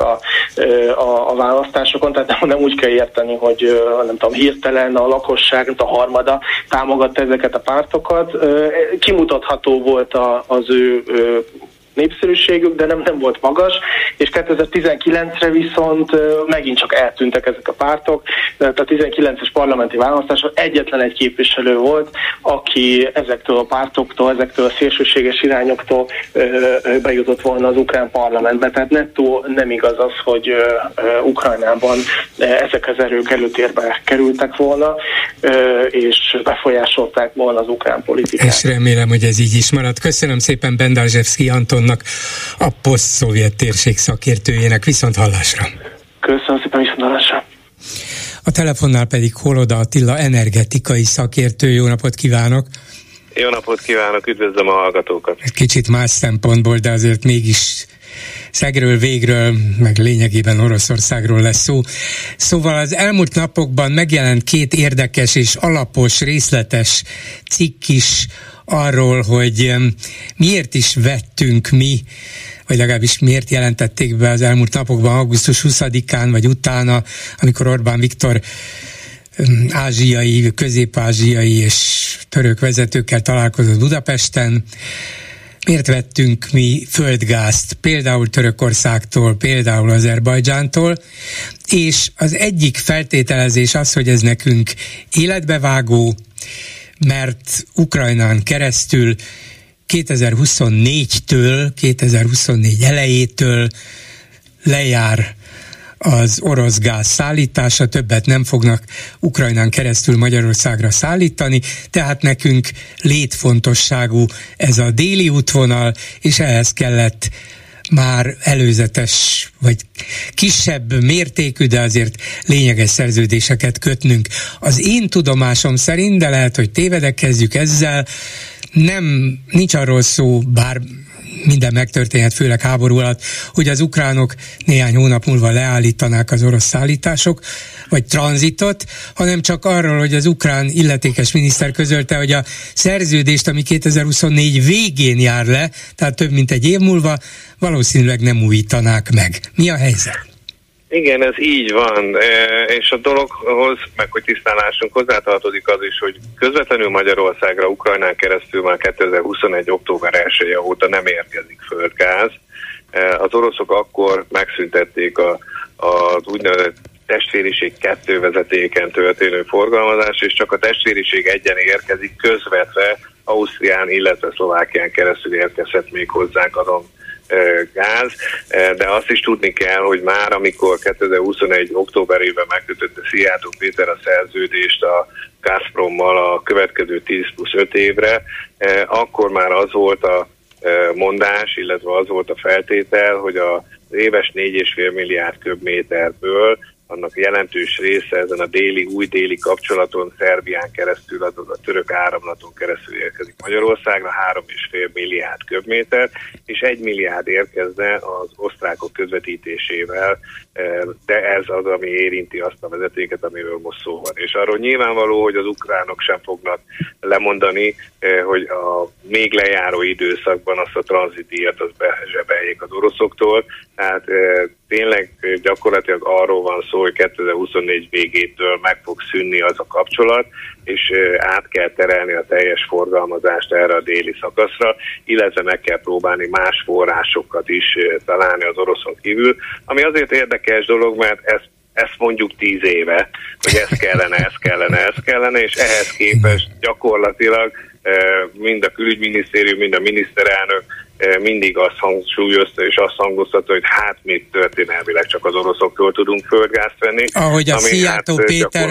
a választásokon, tehát nem úgy kell érteni, hogy nem tudom, hirtelen a lakosság, a harmada támogatta ezeket a pártokat. Kimutatható volt az ő népszerűségük, de nem volt magas, és 2019-re viszont megint csak eltűntek ezek a pártok. Tehát a 19-es parlamenti választáson egyetlen egy képviselő volt, aki ezektől a pártoktól, ezektől a szélsőséges irányoktól bejutott volna az ukrán parlamentbe. Tehát nettó nem igaz az, hogy Ukrajnában ezek az erők előtérbe kerültek volna, és befolyásolták volna az ukrán politikát. És remélem, hogy ez így is marad. Köszönöm szépen Bendazsevszky Antonnak, a poszt-szovjet térség szakértőjének. Viszont hallásra. Köszönöm szépen, viszont hallásra. a telefonnál pedig Holoda Attila energetikai szakértő. Jó napot kívánok! Jó napot kívánok, üdvözlöm a hallgatókat! Kicsit más szempontból, de azért mégis szegről, végről, meg lényegében Oroszországról lesz szó. Szóval az elmúlt napokban megjelent 2 érdekes és alapos, részletes cikk is arról, hogy miért is vettünk mi, vagy legalábbis miért jelentették be az elmúlt napokban, augusztus 20-án vagy utána, amikor Orbán Viktor ázsiai, közép-ázsiai és török vezetőkkel találkozott Budapesten. Miért vettünk mi földgázt, például Törökországtól, például Azerbajdzsántól, és az egyik feltételezés az, hogy ez nekünk életbevágó, mert Ukrajnán keresztül 2024 elejétől lejár az orosz gáz szállítása, többet nem fognak Ukrajnán keresztül Magyarországra szállítani, tehát nekünk létfontosságú ez a déli útvonal, és ehhez kellett már előzetes, vagy kisebb mértékű, de azért lényeges szerződéseket kötnünk. Az én tudomásom szerint, de lehet, hogy tévedek, kezdjük ezzel, nincs arról szó, bár minden megtörténhet, főleg háború alatt, hogy az ukránok néhány hónap múlva leállítanák az orosz szállítások, vagy tranzitot, hanem csak arról, hogy az ukrán illetékes miniszter közölte, hogy a szerződést, ami 2024 végén jár le, tehát több mint egy év múlva, valószínűleg nem újítanák meg. Mi a helyzet? Igen, ez így van, és a dologhoz, meg hogy tisztálásunk hozzátartozik az is, hogy közvetlenül Magyarországra, Ukrajnán keresztül már 2021. október 1-e óta nem érkezik földgáz. Az oroszok akkor megszüntették az úgynevezett testvériség 2 vezetéken történő forgalmazás, és csak a testvériség 1-en érkezik közvetve Ausztrián, illetve Szlovákián keresztül érkezhet még hozzánk azon gáz, de azt is tudni kell, hogy már amikor 2021. októberében megkötötte Szijjártó Péter a szerződést a Gazprommal a következő 10+5 évre, akkor már az volt a mondás, illetve az volt a feltétel, hogy az éves 4,5 milliárd köbméterből annak jelentős része ezen a új déli kapcsolaton, Szerbián keresztül, azaz a török áramlaton keresztül érkezik Magyarországra, 3,5 milliárd köbméter, és 1 milliárd érkezne az osztrákok közvetítésével, de ez az, ami érinti azt a vezetéket, amiről most szó van. És arról nyilvánvaló, hogy az ukránok sem fognak lemondani, hogy a még lejáró időszakban azt a tranzitdíjat azt bezsebeljék az oroszoktól, tehát tényleg gyakorlatilag arról van szó, hogy 2024 végétől meg fog szűnni az a kapcsolat, és át kell terelni a teljes forgalmazást erre a déli szakaszra, illetve meg kell próbálni más forrásokat is találni az oroszon kívül, ami azért érdekes dolog, mert ezt mondjuk 10 éve, hogy ez kellene, és ehhez képest gyakorlatilag mind a külügyminisztérium, mind a miniszterelnök mindig azt hangsúlyozta és azt hangoztatta, hogy hát mi történelmileg csak az oroszoktól tudunk földgázt venni. Ahogy a Szijjártó Péter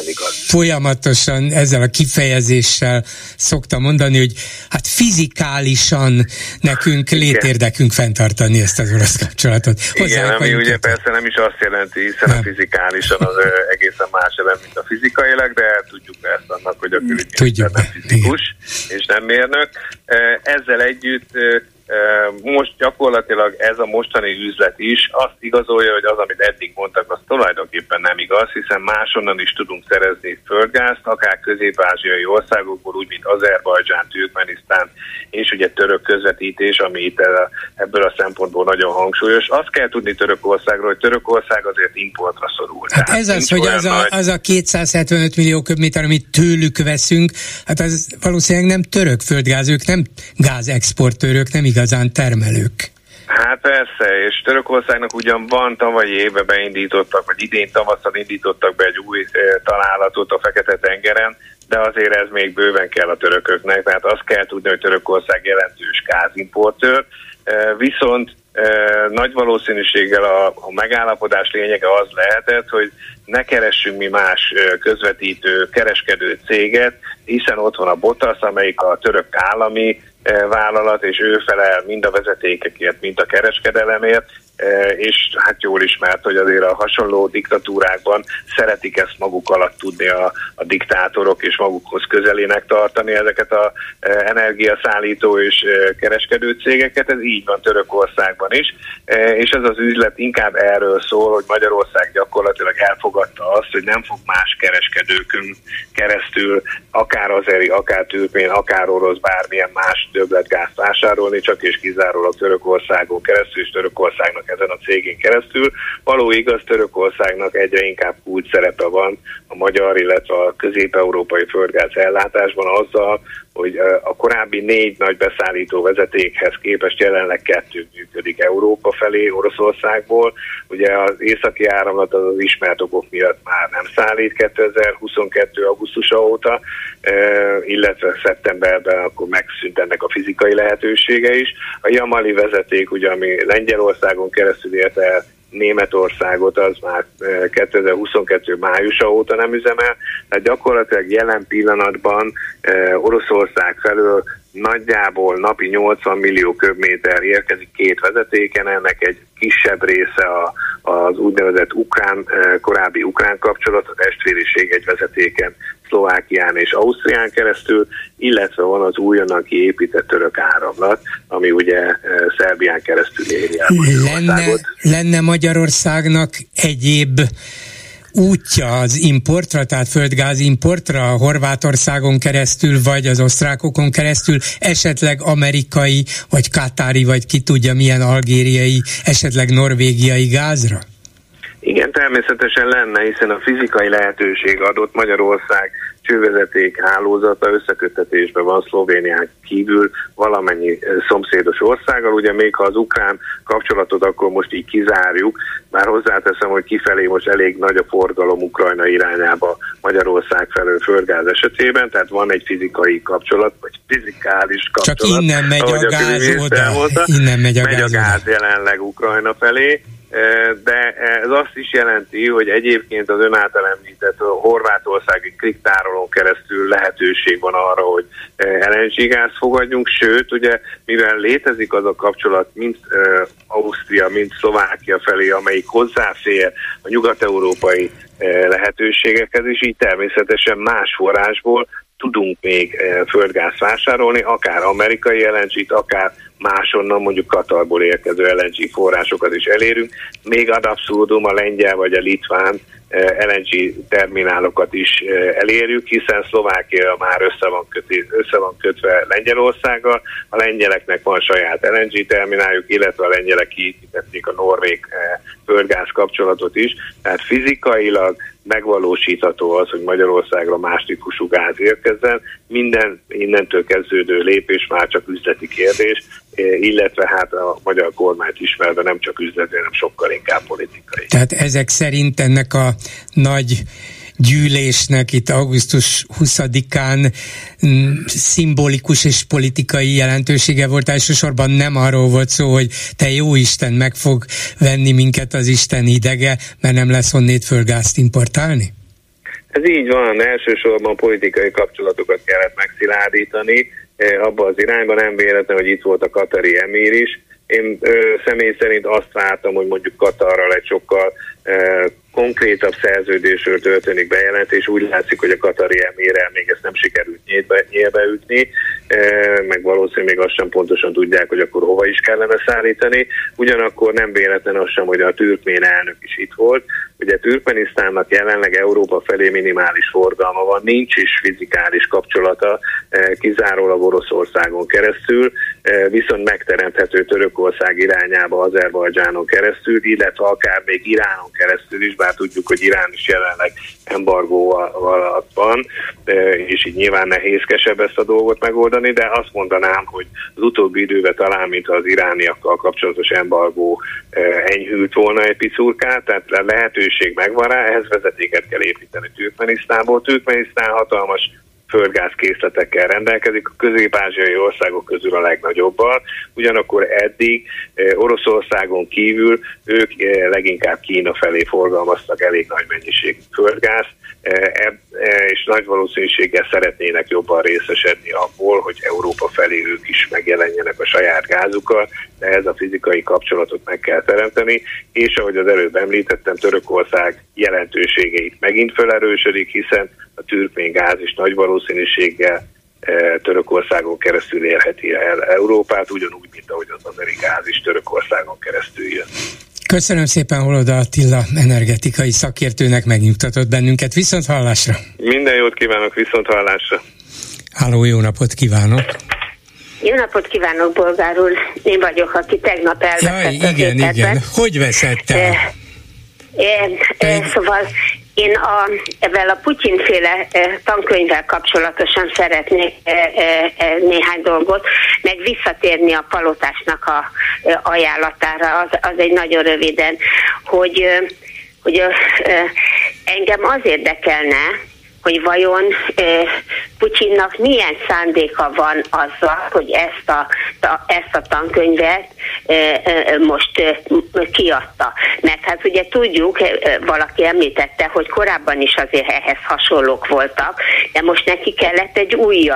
folyamatosan ezzel a kifejezéssel szokta mondani, hogy hát fizikálisan nekünk létérdekünk fenntartani ezt az orosz kapcsolatot. Igen, ami ugye persze nem is azt jelenti, hiszen a fizikálisan az egészen más elem, mint a fizikailag, de tudjuk ezt annak, hogy a külügyminiszter nem fizikus és nem mérnök. Ezzel együtt most gyakorlatilag ez a mostani üzlet is azt igazolja, hogy az, amit eddig mondtak, az tulajdonképpen nem igaz, hiszen máshonnan is tudunk szerezni földgázt, akár közép-ázsiai országokból, úgy, mint Azerbajdzsán, Türkmenisztán, és ugye török közvetítés, ami itt ebből a szempontból nagyon hangsúlyos. Azt kell tudni Törökországról, hogy Törökország azért importra szorul. Hát ez az, hogy az a 275 millió köbméter, amit tőlük veszünk, hát az valószínűleg nem török földgáz, ők nem gázexportőrök, nem igazán termelők. Hát persze, és Törökországnak ugyan van tavalyi évben beindítottak, vagy idén tavasszal indítottak be egy új találatot a Fekete-tengeren, de azért ez még bőven kell a törököknek, tehát azt kell tudni, hogy Törökország jelentős gázimportőr, viszont nagy valószínűséggel a megállapodás lényege az lehetett, hogy ne keressünk mi más közvetítő, kereskedő céget, hiszen ott van a Botasz, amelyik a török állami vállalat, és ő felel mind a vezetékekért, mind a kereskedelemért, és hát jól ismert, hogy azért a hasonló diktatúrákban szeretik ezt maguk alatt tudni a diktátorok, és magukhoz közelének tartani ezeket az energiaszállító és kereskedő cégeket. Ez így van Törökországban is, és ez az üzlet inkább erről szól, hogy Magyarország gyakorlatilag elfogadta azt, hogy nem fog más kereskedőkön keresztül akár azeri, akár türkmén, akár orosz, bármilyen más többletgázt vásárolni, csak és kizárólag Törökországon keresztül, és Törökországnak ezen a cégén keresztül. Való igaz, Törökországnak egyre inkább kulcs szerepe van a magyar, illetve a közép-európai földgáz ellátásban azzal, hogy a korábbi 4 nagy beszállító vezetékhez képest jelenleg 2 működik Európa felé Oroszországból. Ugye az északi áramlat az ismert okok miatt már nem szállít 2022. augusztusa óta, illetve szeptemberben akkor megszűnt ennek a fizikai lehetősége is. A Jamali vezeték, ugye, ami Lengyelországon keresztül érte el Németországot, az már 2022. májusa óta nem üzemel, tehát gyakorlatilag jelen pillanatban Oroszország felől nagyjából napi 80 millió köbméter érkezik 2 vezetéken, ennek egy kisebb része az úgynevezett korábbi ukrán kapcsolat, a testvériség egy vezetéken Szlovákián és Ausztrián keresztül, illetve van az újonnan kiépített török áramlat, ami ugye Szerbián keresztül éri el Magyarországot. Lenne Magyarországnak egyéb útja az importra, tehát földgáz importra, Horvátországon keresztül, vagy az osztrákokon keresztül, esetleg amerikai, vagy katári, vagy ki tudja milyen algériai, esetleg norvégiai gázra? Igen, természetesen lenne, hiszen a fizikai lehetőség adott. Magyarország csővezeték hálózata összeköttetésben van Szlovénián kívül valamennyi szomszédos országgal. Ugye még ha az ukrán kapcsolatot akkor most így kizárjuk, bár hozzáteszem, hogy kifelé most elég nagy a forgalom Ukrajna irányába Magyarország felől földgáz esetében, tehát van egy fizikai kapcsolat, vagy fizikális kapcsolat. Csak innen megy a gáz oda. Mondta, innen megy a gáz jelenleg Ukrajna felé. De ez azt is jelenti, hogy egyébként az ön által említett horvátországi kliktárolón keresztül lehetőség van arra, hogy LNG gázt fogadjunk, sőt, ugye, mivel létezik az a kapcsolat mind Ausztria, mind Szlovákia felé, amelyik hozzáfér a nyugat-európai lehetőségekhez, és így természetesen más forrásból tudunk még földgázt vásárolni, akár amerikai LNG-t, akár máshonnan, mondjuk Katarból érkező LNG forrásokat is elérünk. Még ad abszurdum a lengyel vagy a litván LNG terminálokat is elérjük, hiszen Szlovákia már össze van kötve Lengyelországgal, a lengyeleknek van saját LNG termináljuk, illetve a lengyelek kiépítették a norvég földgáz kapcsolatot is, tehát fizikailag megvalósítható az, hogy Magyarországra más típusú gáz érkezzen. Minden innentől kezdődő lépés már csak üzleti kérdés, illetve hát a magyar kormányt ismerve nem csak üzleti, hanem sokkal inkább politikai. Tehát ezek szerint ennek a nagy gyűlésnek itt augusztus 20-án szimbolikus és politikai jelentősége volt. Elsősorban nem arról volt szó, hogy te jó Isten, meg fog venni minket az Isten idege, mert nem lesz honnét földgázt importálni? Ez így van, elsősorban politikai kapcsolatokat kellett megszilárdítani abba az irányba, nem véletlen, hogy itt volt a katari emír is. Én személy szerint azt vártam, hogy mondjuk Katarral egy sokkal konkrétabb szerződésről történik bejelentés. Úgy látszik, hogy a katari emírrel még ezt nem sikerült nyílbe ütni, meg valószínűleg még azt sem pontosan tudják, hogy akkor hova is kellene szállítani. Ugyanakkor nem véletlen az sem, hogy a türkmén elnök is itt volt. Ugye Türkmenisztánnak jelenleg Európa felé minimális forgalma van, nincs is fizikális kapcsolata, kizárólag Oroszországon keresztül, viszont megteremthető Törökország irányába Azerbajdzsánon keresztül, illetve akár még Iránon keresztül is, bár tudjuk, hogy Irán is jelenleg embargó alatt van, és így nyilván nehézkesebb ezt a dolgot megoldani, de azt mondanám, hogy az utóbbi időben talán, mint az irániakkal kapcsolatos embargó enyhült volna egy picurkát, tehát lehetőség megvan rá, ehhez vezetéket kell építeni Türkmenisztánból. Türkmenisztán hatalmas földgázkészletekkel rendelkezik, a közép-ázsiai országok közül a legnagyobbal, ugyanakkor eddig Oroszországon kívül ők leginkább Kína felé forgalmaztak elég nagy mennyiségű földgázt, és nagy valószínűséggel szeretnének jobban részesedni abból, hogy Európa felé ők is megjelenjenek a saját gázukkal, de ez a fizikai kapcsolatot meg kell teremteni, és ahogy az előbb említettem, Törökország jelentőségeit megint felerősödik, hiszen a türkmén gáz is nagy valószínűséggel Törökországon keresztül érheti el Európát, ugyanúgy, mint ahogy az azeri gáz is Törökországon keresztül jön. Köszönöm szépen Holoda Attila energetikai szakértőnek, megnyugtatott bennünket. Viszont hallásra! Minden jót kívánok, viszont hallásra! Háló, jó napot kívánok! Jó napot kívánok, Bolgár úr! Én vagyok, aki tegnap elveszett az igen. Hogy veszett el? Szóval én ezzel a Putyin-féle tankönyvvel kapcsolatosan szeretnék néhány dolgot, meg visszatérni a Palotásnak a ajánlatára, az egy nagyon röviden, hogy engem az érdekelne, hogy vajon Putyinnak milyen szándéka van azzal, hogy ezt a tankönyvet most kiadta. Mert hát ugye tudjuk, valaki említette, hogy korábban is azért ehhez hasonlók voltak, de most neki kellett egy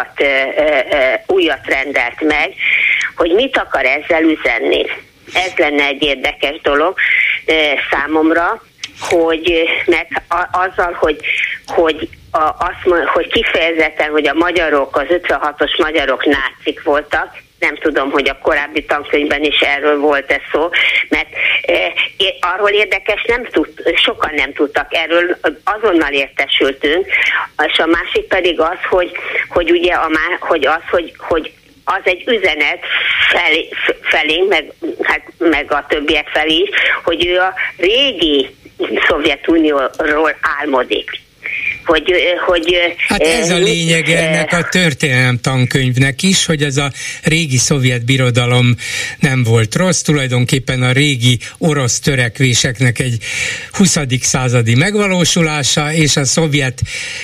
újat rendelt meg, hogy mit akar ezzel üzenni. Ez lenne egy érdekes dolog számomra, hogy meg azzal, hogy kifejezetten, hogy a magyarok, az 56-os magyarok nácik voltak, nem tudom, hogy a korábbi tankönyvben is erről volt-e szó, mert arról érdekes, sokan nem tudtak erről, azonnal értesültünk, és a másik pedig az, hogy ugye hogy az egy üzenet felénk, meg a többiek felé is, hogy ő a régi Szovjetunióról álmodik. Hát ez a lényeg ennek a történelem tankönyvnek is, hogy ez a régi szovjet birodalom nem volt rossz, tulajdonképpen a régi orosz törekvéseknek egy 20. századi megvalósulása, és a szovjet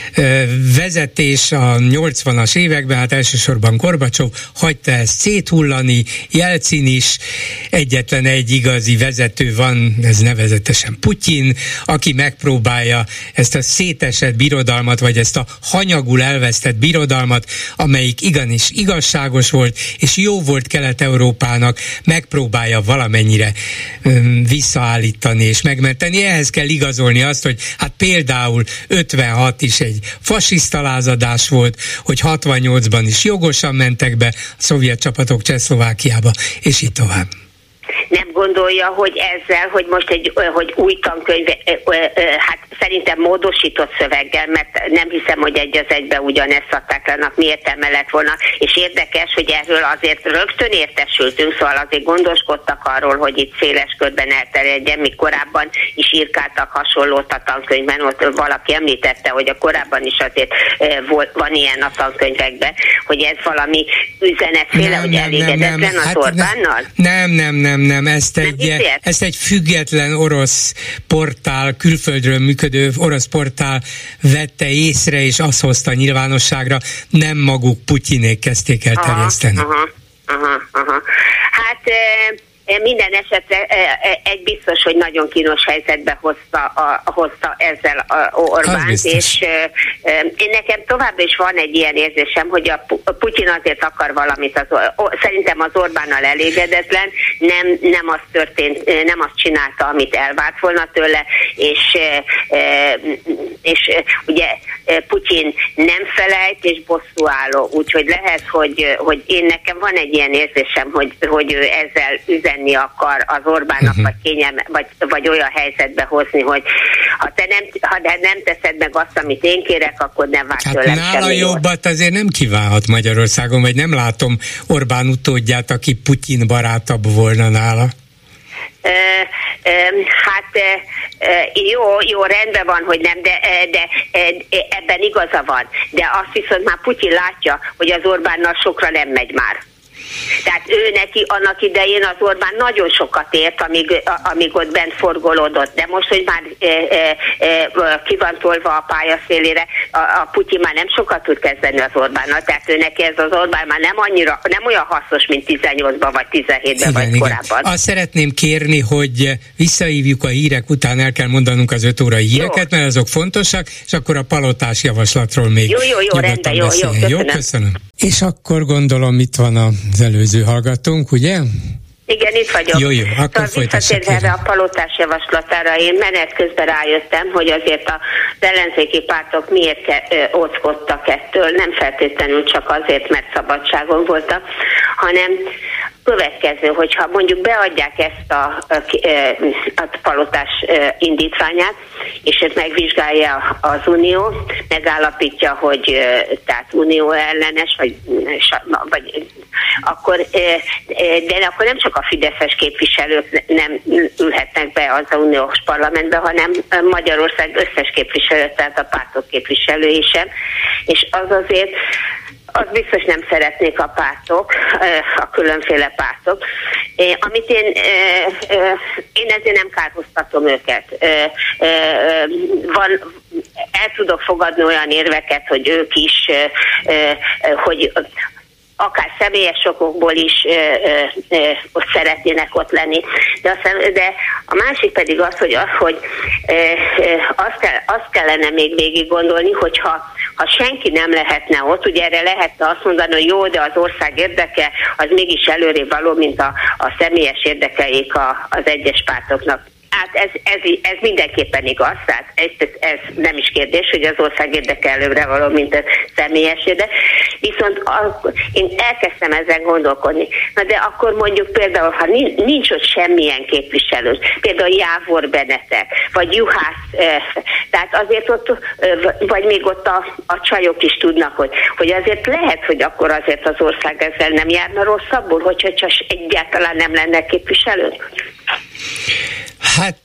vezetés a 80-as években, hát elsősorban Gorbacsov hagyta ezt széthullani, Jelcin is, egyetlen egy igazi vezető van, ez nevezetesen Putyin, aki megpróbálja ezt a szétesett birodalmat, vagy ezt a hanyagul elvesztett birodalmat, amelyik igenis igazságos volt, és jó volt Kelet-Európának, megpróbálja valamennyire visszaállítani és megmenteni. Ehhez kell igazolni azt, hogy hát például 56 is egy fasiszta lázadás volt, hogy 68-ban is jogosan mentek be a szovjet csapatok Csehszlovákiába, és így tovább. Nem gondolja, hogy ezzel, hogy most hogy új tankönyv, hát szerintem módosított szöveggel, mert nem hiszem, hogy egy az egybe ugyanezt adták le, mi értelme lett volna, és érdekes, hogy erről azért rögtön értesültünk, szóval azért gondoskodtak arról, hogy itt széles körben elterjedjen, míg korábban is írkáltak hasonlót a tankönyvben, ott valaki említette, hogy a korábban is azért van ilyen a tankönyvekben, hogy ez valami üzenetféle, hogy elégedetlen az Orbánnal? Nem, ezt egy független orosz portál, külföldről működő orosz portál vette észre, és azt hozta nyilvánosságra, nem maguk Putyinék kezdték el terjeszteni. Hát minden esetre egy biztos, hogy nagyon kínos helyzetbe hozta ezzel Orbánt, és én nekem továbbra is van egy ilyen érzésem, hogy a Putyin azért akar valamit, szerintem az Orbánnal elégedetlen, nem az történt, nem azt csinálta, amit elvárt volna tőle, és ugye Putyin nem felejt és bosszúálló, úgyhogy lehet, hogy én nekem van egy ilyen érzésem, hogy ő ezzel üzenni akar az Orbánnak, vagy olyan helyzetbe hozni, hogy ha nem teszed meg azt, amit én kérek, akkor nem vár tőlem semmi. Nála jobbat azért nem kívánhat Magyarországon, vagy nem látom Orbán utódját, aki Putyin barátabb volna nála. Jó, rendben van, hogy nem, de ebben igaza van. De azt viszont már Putyin látja, hogy az Orbánnal sokra nem megy már. Tehát ő neki annak idején az Orbán nagyon sokat ért, amíg ott bent forgolódott, de most, hogy már ki van tolva a pályaszélére, a Putyin már nem sokat tud kezdeni az Orbánnal, tehát ő neki ez az Orbán már nem olyan hasznos, mint 18-ban vagy 17-ben vagy korábban. Azt szeretném kérni, hogy visszahívjuk a hírek után, el kell mondanunk az 5 órai híreket, mert azok fontosak, és akkor a palotás javaslatról még jó, rendben, jó, köszönöm. És akkor gondolom itt van az előző hallgatónk, ugye? Igen, itt vagyok. Jó, akkor visszatérve erre a palotás javaslatára, én menet közben rájöttem, hogy azért az ellenzéki pártok miért óckodtak ettől, nem feltétlenül csak azért, mert szabadságon voltak, hanem következő, hogyha mondjuk beadják ezt a palotás indítványát, és ezt megvizsgálja az Unió, megállapítja, hogy tehát unió ellenes, vagy akkor, de akkor nem csak a fideszes képviselők nem ülhetnek be az uniós parlamentbe, hanem Magyarország összes képviselő, tehát a pártok képviselői sem, és az azért az biztos nem szeretnék a pártok, a különféle pártok. Amit én ezért nem kárhoztatom őket. El tudok fogadni olyan érveket, hogy ők is, hogy akár személyes okokból is ott szeretnének ott lenni. De a másik pedig az, hogy azt kellene még végig gondolni, hogyha senki nem lehetne ott, ugye erre lehetne azt mondani, hogy jó, de az ország érdeke az mégis előrébb való, mint a személyes érdekeik az egyes pártoknak. Hát ez mindenképpen igaz, tehát ez nem is kérdés, hogy az ország érdeke előbbre való, mint a személyes érdek. Viszont én elkezdtem ezen gondolkodni. Na de akkor mondjuk például, ha nincs ott semmilyen képviselő, például Jávor Benedek, vagy Juhász, tehát azért ott, vagy még ott a csajok is tudnak, hogy azért lehet, hogy akkor azért az ország ezzel nem járna rosszabbul, hogyha csak egyáltalán nem lenne képviselők. Hát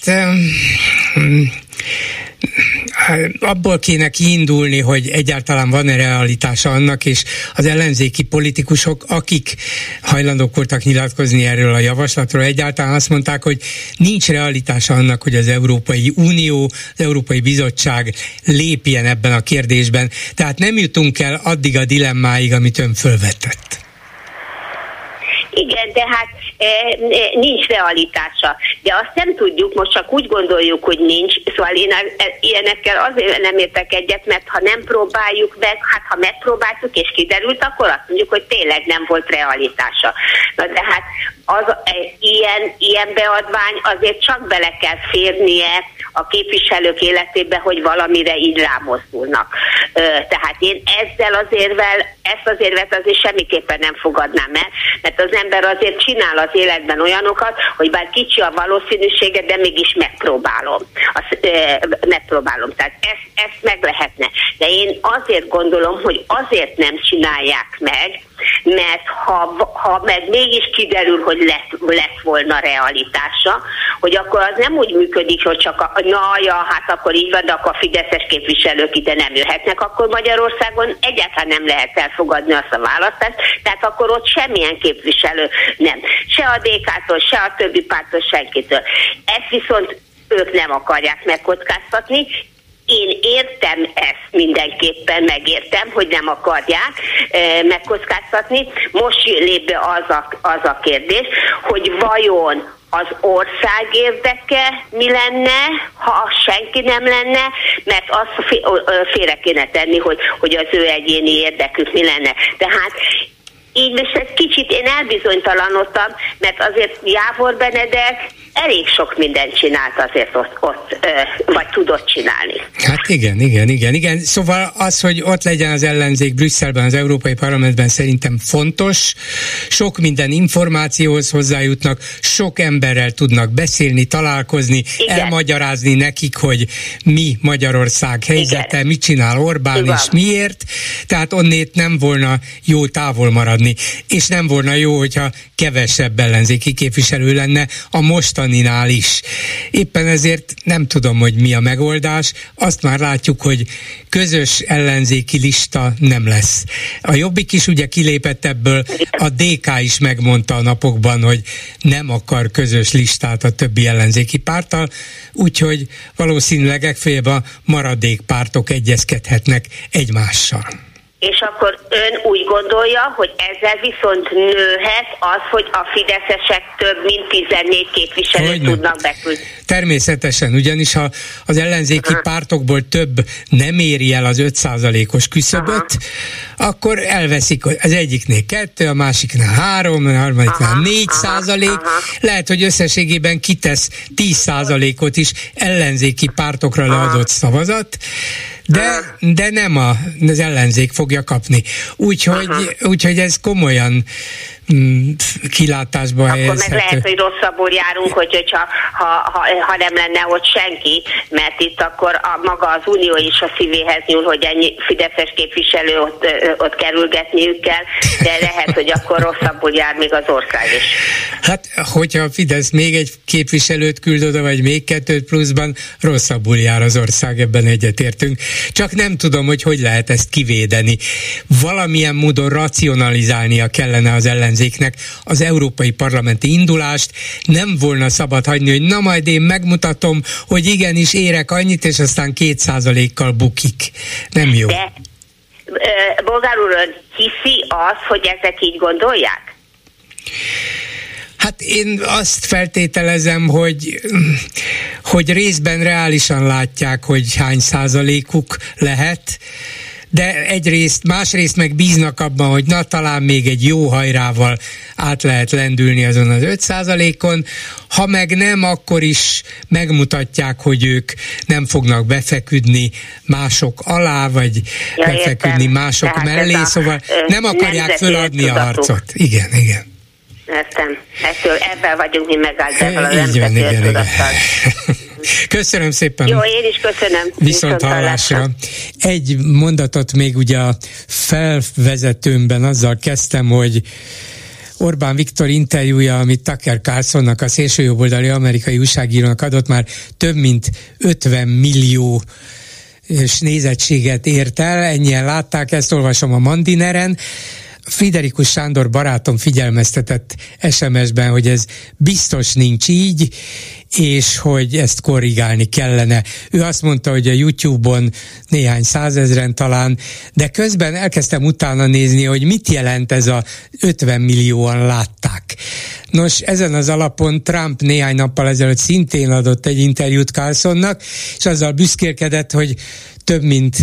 abból kéne kiindulni, hogy egyáltalán van-e realitása annak, és az ellenzéki politikusok, akik hajlandók voltak nyilatkozni erről a javaslatról, egyáltalán azt mondták, hogy nincs realitása annak, hogy az Európai Unió, az Európai Bizottság lépjen ebben a kérdésben. Tehát nem jutunk el addig a dilemmáig, amit ön fölvetett. Igen, de hát nincs realitása. De azt nem tudjuk, most csak úgy gondoljuk, hogy nincs. Szóval én ilyenekkel azért nem értek egyet, mert ha nem próbáljuk meg, hát ha megpróbáltuk és kiderült, akkor azt mondjuk, hogy tényleg nem volt realitása. Na de hát ilyen beadvány azért csak bele kell férnie a képviselők életébe, hogy valamire így rámozdulnak. Tehát én ezt az érvet azért semmiképpen nem fogadnám el, mert az ember azért csinál az életben olyanokat, hogy bár kicsi a valószínűsége, de mégis megpróbálom. Tehát ezt meg lehetne. De én azért gondolom, hogy azért nem csinálják meg, mert ha meg mégis kiderül, hogy lett volna realitása, hogy akkor az nem úgy működik, hogy csak hát akkor így van, de akkor a fideszes képviselők ide nem jöhetnek, akkor Magyarországon egyáltalán nem lehet elfogadni azt a választást, tehát akkor ott semmilyen képviselő nem. Se a DK-tól, se a többi pártól, senkitől. Ezt viszont ők nem akarják megkockáztatni. Én értem ezt mindenképpen, megértem, hogy nem akarják megkockáztatni. Most lép be az a kérdés, hogy vajon az ország érdeke mi lenne, ha senki nem lenne, mert azt félre kéne tenni, hogy az ő egyéni érdekük mi lenne. Tehát így most egy kicsit én elbizonytalanodtam, mert azért Jávor Benedek elég sok mindent csinált azért ott vagy tudott csinálni. Hát igen. Szóval az, hogy ott legyen az ellenzék Brüsszelben, az Európai Parlamentben szerintem fontos. Sok minden információhoz hozzájutnak, sok emberrel tudnak beszélni, találkozni, igen, elmagyarázni nekik, hogy mi Magyarország helyzete, igen, mit csinál Orbán és miért. Tehát onnét nem volna jó távol maradni. És nem volna jó, hogyha kevesebb ellenzéki képviselő lenne a mostani ottaninál is. Éppen ezért nem tudom, hogy mi a megoldás. Azt már látjuk, hogy közös ellenzéki lista nem lesz. A Jobbik is ugye kilépett ebből, a DK is megmondta a napokban, hogy nem akar közös listát a többi ellenzéki párttal, úgyhogy valószínűleg legfeljebb a maradék pártok egyezkedhetnek egymással. És akkor ön úgy gondolja, hogy ezzel viszont nőhet az, hogy a fideszesek több mint 14 képviselőt tudnak beküldeni? Természetesen, ugyanis ha az ellenzéki pártokból több nem éri el az 5%-os küszöböt, akkor elveszik az egyiknél 2, a másiknál 3, a harmadiknál 4%. Lehet, hogy összességében kitesz 10%-ot is ellenzéki pártokra leadott szavazat, de nem az ellenzék fogja kapni. Úgyhogy ez komolyan kilátásba helyezhető. Akkor meg lehet, hogy rosszabbul járunk, hogyha ha nem lenne ott senki, mert itt akkor maga az Unió is a szívéhez nyúl, hogy ennyi fideszes képviselő ott kerülgetniük kell, de lehet, hogy akkor rosszabbul jár még az ország is. Hát, hogyha a Fidesz még egy képviselőt küld oda, vagy még 2 pluszban, rosszabbul jár az ország, ebben egyetértünk. Csak nem tudom, hogy lehet ezt kivédeni. Valamilyen módon racionalizálnia kellene az ellenzéknek az európai parlamenti indulást, nem volna szabad hagyni, hogy na majd én megmutatom, hogy igenis érek annyit, és aztán 2%-kal bukik. Nem jó. De Bolgár úr, ön hiszi azt, hogy ezek így gondolják? Hát én azt feltételezem, hogy részben reálisan látják, hogy hány százalékuk lehet, de másrészt meg bíznak abban, hogy na talán még egy jó hajrával át lehet lendülni azon az 5%-on, ha meg nem, akkor is megmutatják, hogy ők nem fognak befeküdni mások alá, vagy befeküdni mások tehát mellé, szóval nem akarják föladni a harcot. Igen. Értem. Ebben vagyunk mi megáldával a nemzeti tudattal. Köszönöm szépen. Jó, én is köszönöm. Viszont hallásra. Egy mondatot még ugye a felvezetőmben azzal kezdtem, hogy Orbán Viktor interjúja, amit Tucker Carlsonnak, a szélsőjobboldali amerikai újságírónak adott, már több mint 50 millió nézettséget ért el, ennyien látták, ezt olvasom a Mandineren. Friderikus Sándor barátom figyelmeztetett SMS-ben, hogy ez biztos nincs így, és hogy ezt korrigálni kellene. Ő azt mondta, hogy a YouTube-on néhány százezren talán, de közben elkezdtem utána nézni, hogy mit jelent ez a 50 millióan látták. Nos, ezen az alapon Trump néhány nappal ezelőtt szintén adott egy interjút Carlsonnak, és azzal büszkélkedett, hogy több mint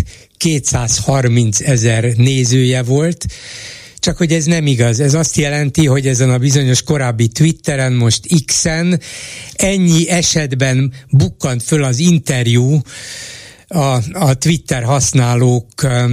230 000 nézője volt, csak hogy ez nem igaz. Ez azt jelenti, hogy ezen a bizonyos korábbi Twitteren, most X-en ennyi esetben bukkant föl az interjú a Twitter használók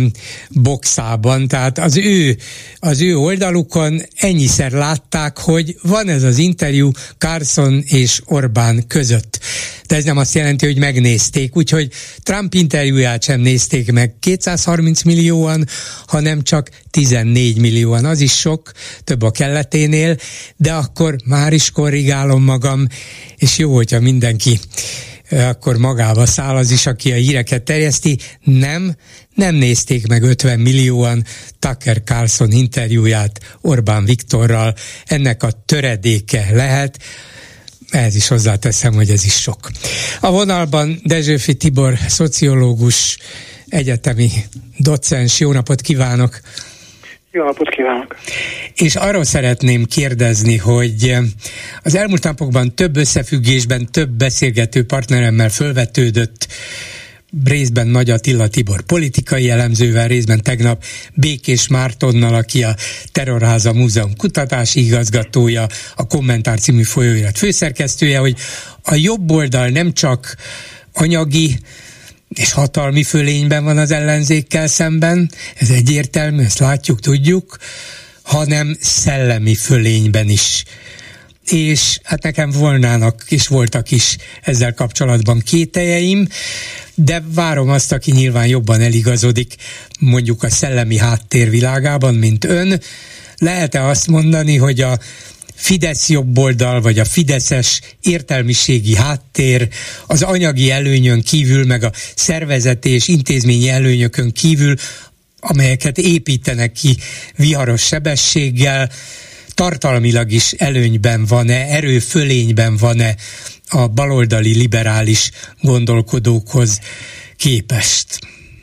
boxában, tehát az ő oldalukon ennyiszer látták, hogy van ez az interjú Carlson és Orbán között. De ez nem azt jelenti, hogy megnézték, úgyhogy Trump interjúját sem nézték meg 230 millióan, hanem csak 14 millióan. Az is sok, több a kelleténél, de akkor már is korrigálom magam, és jó, hogyha mindenki akkor magába száll az is, aki a híreket terjeszti. Nem nézték meg 50 millióan Tucker Carlson interjúját Orbán Viktorral. Ennek a töredéke lehet. Ehhez is hozzáteszem, hogy ez is sok. A vonalban Dezsőfi Tibor, szociológus, egyetemi docens. Jó napot kívánok! Jó napot kívánok! És arról szeretném kérdezni, hogy az elmúlt napokban több összefüggésben több beszélgető partneremmel fölvetődött, részben Nagy Attila Tibor politikai elemzővel, részben tegnap Békés Mártonnal, aki a Terrorháza Múzeum kutatási igazgatója, a Kommentár című folyóirat főszerkesztője, hogy a jobb oldal nem csak anyagi és hatalmi fölényben van az ellenzékkel szemben, ez egyértelmű, ezt látjuk, tudjuk, hanem szellemi fölényben is. És hát nekem volnának és voltak is ezzel kapcsolatban kételjeim, de várom azt, aki nyilván jobban eligazodik mondjuk a szellemi háttér világában, mint ön. Lehet-e azt mondani, hogy a Fidesz jobboldal, vagy a fideszes értelmiségi háttér az anyagi előnyön kívül, meg a szervezeti és intézményi előnyökön kívül, amelyeket építenek ki viharos sebességgel, tartalmilag is előnyben van-e, erőfölényben van-e a baloldali liberális gondolkodókhoz képest?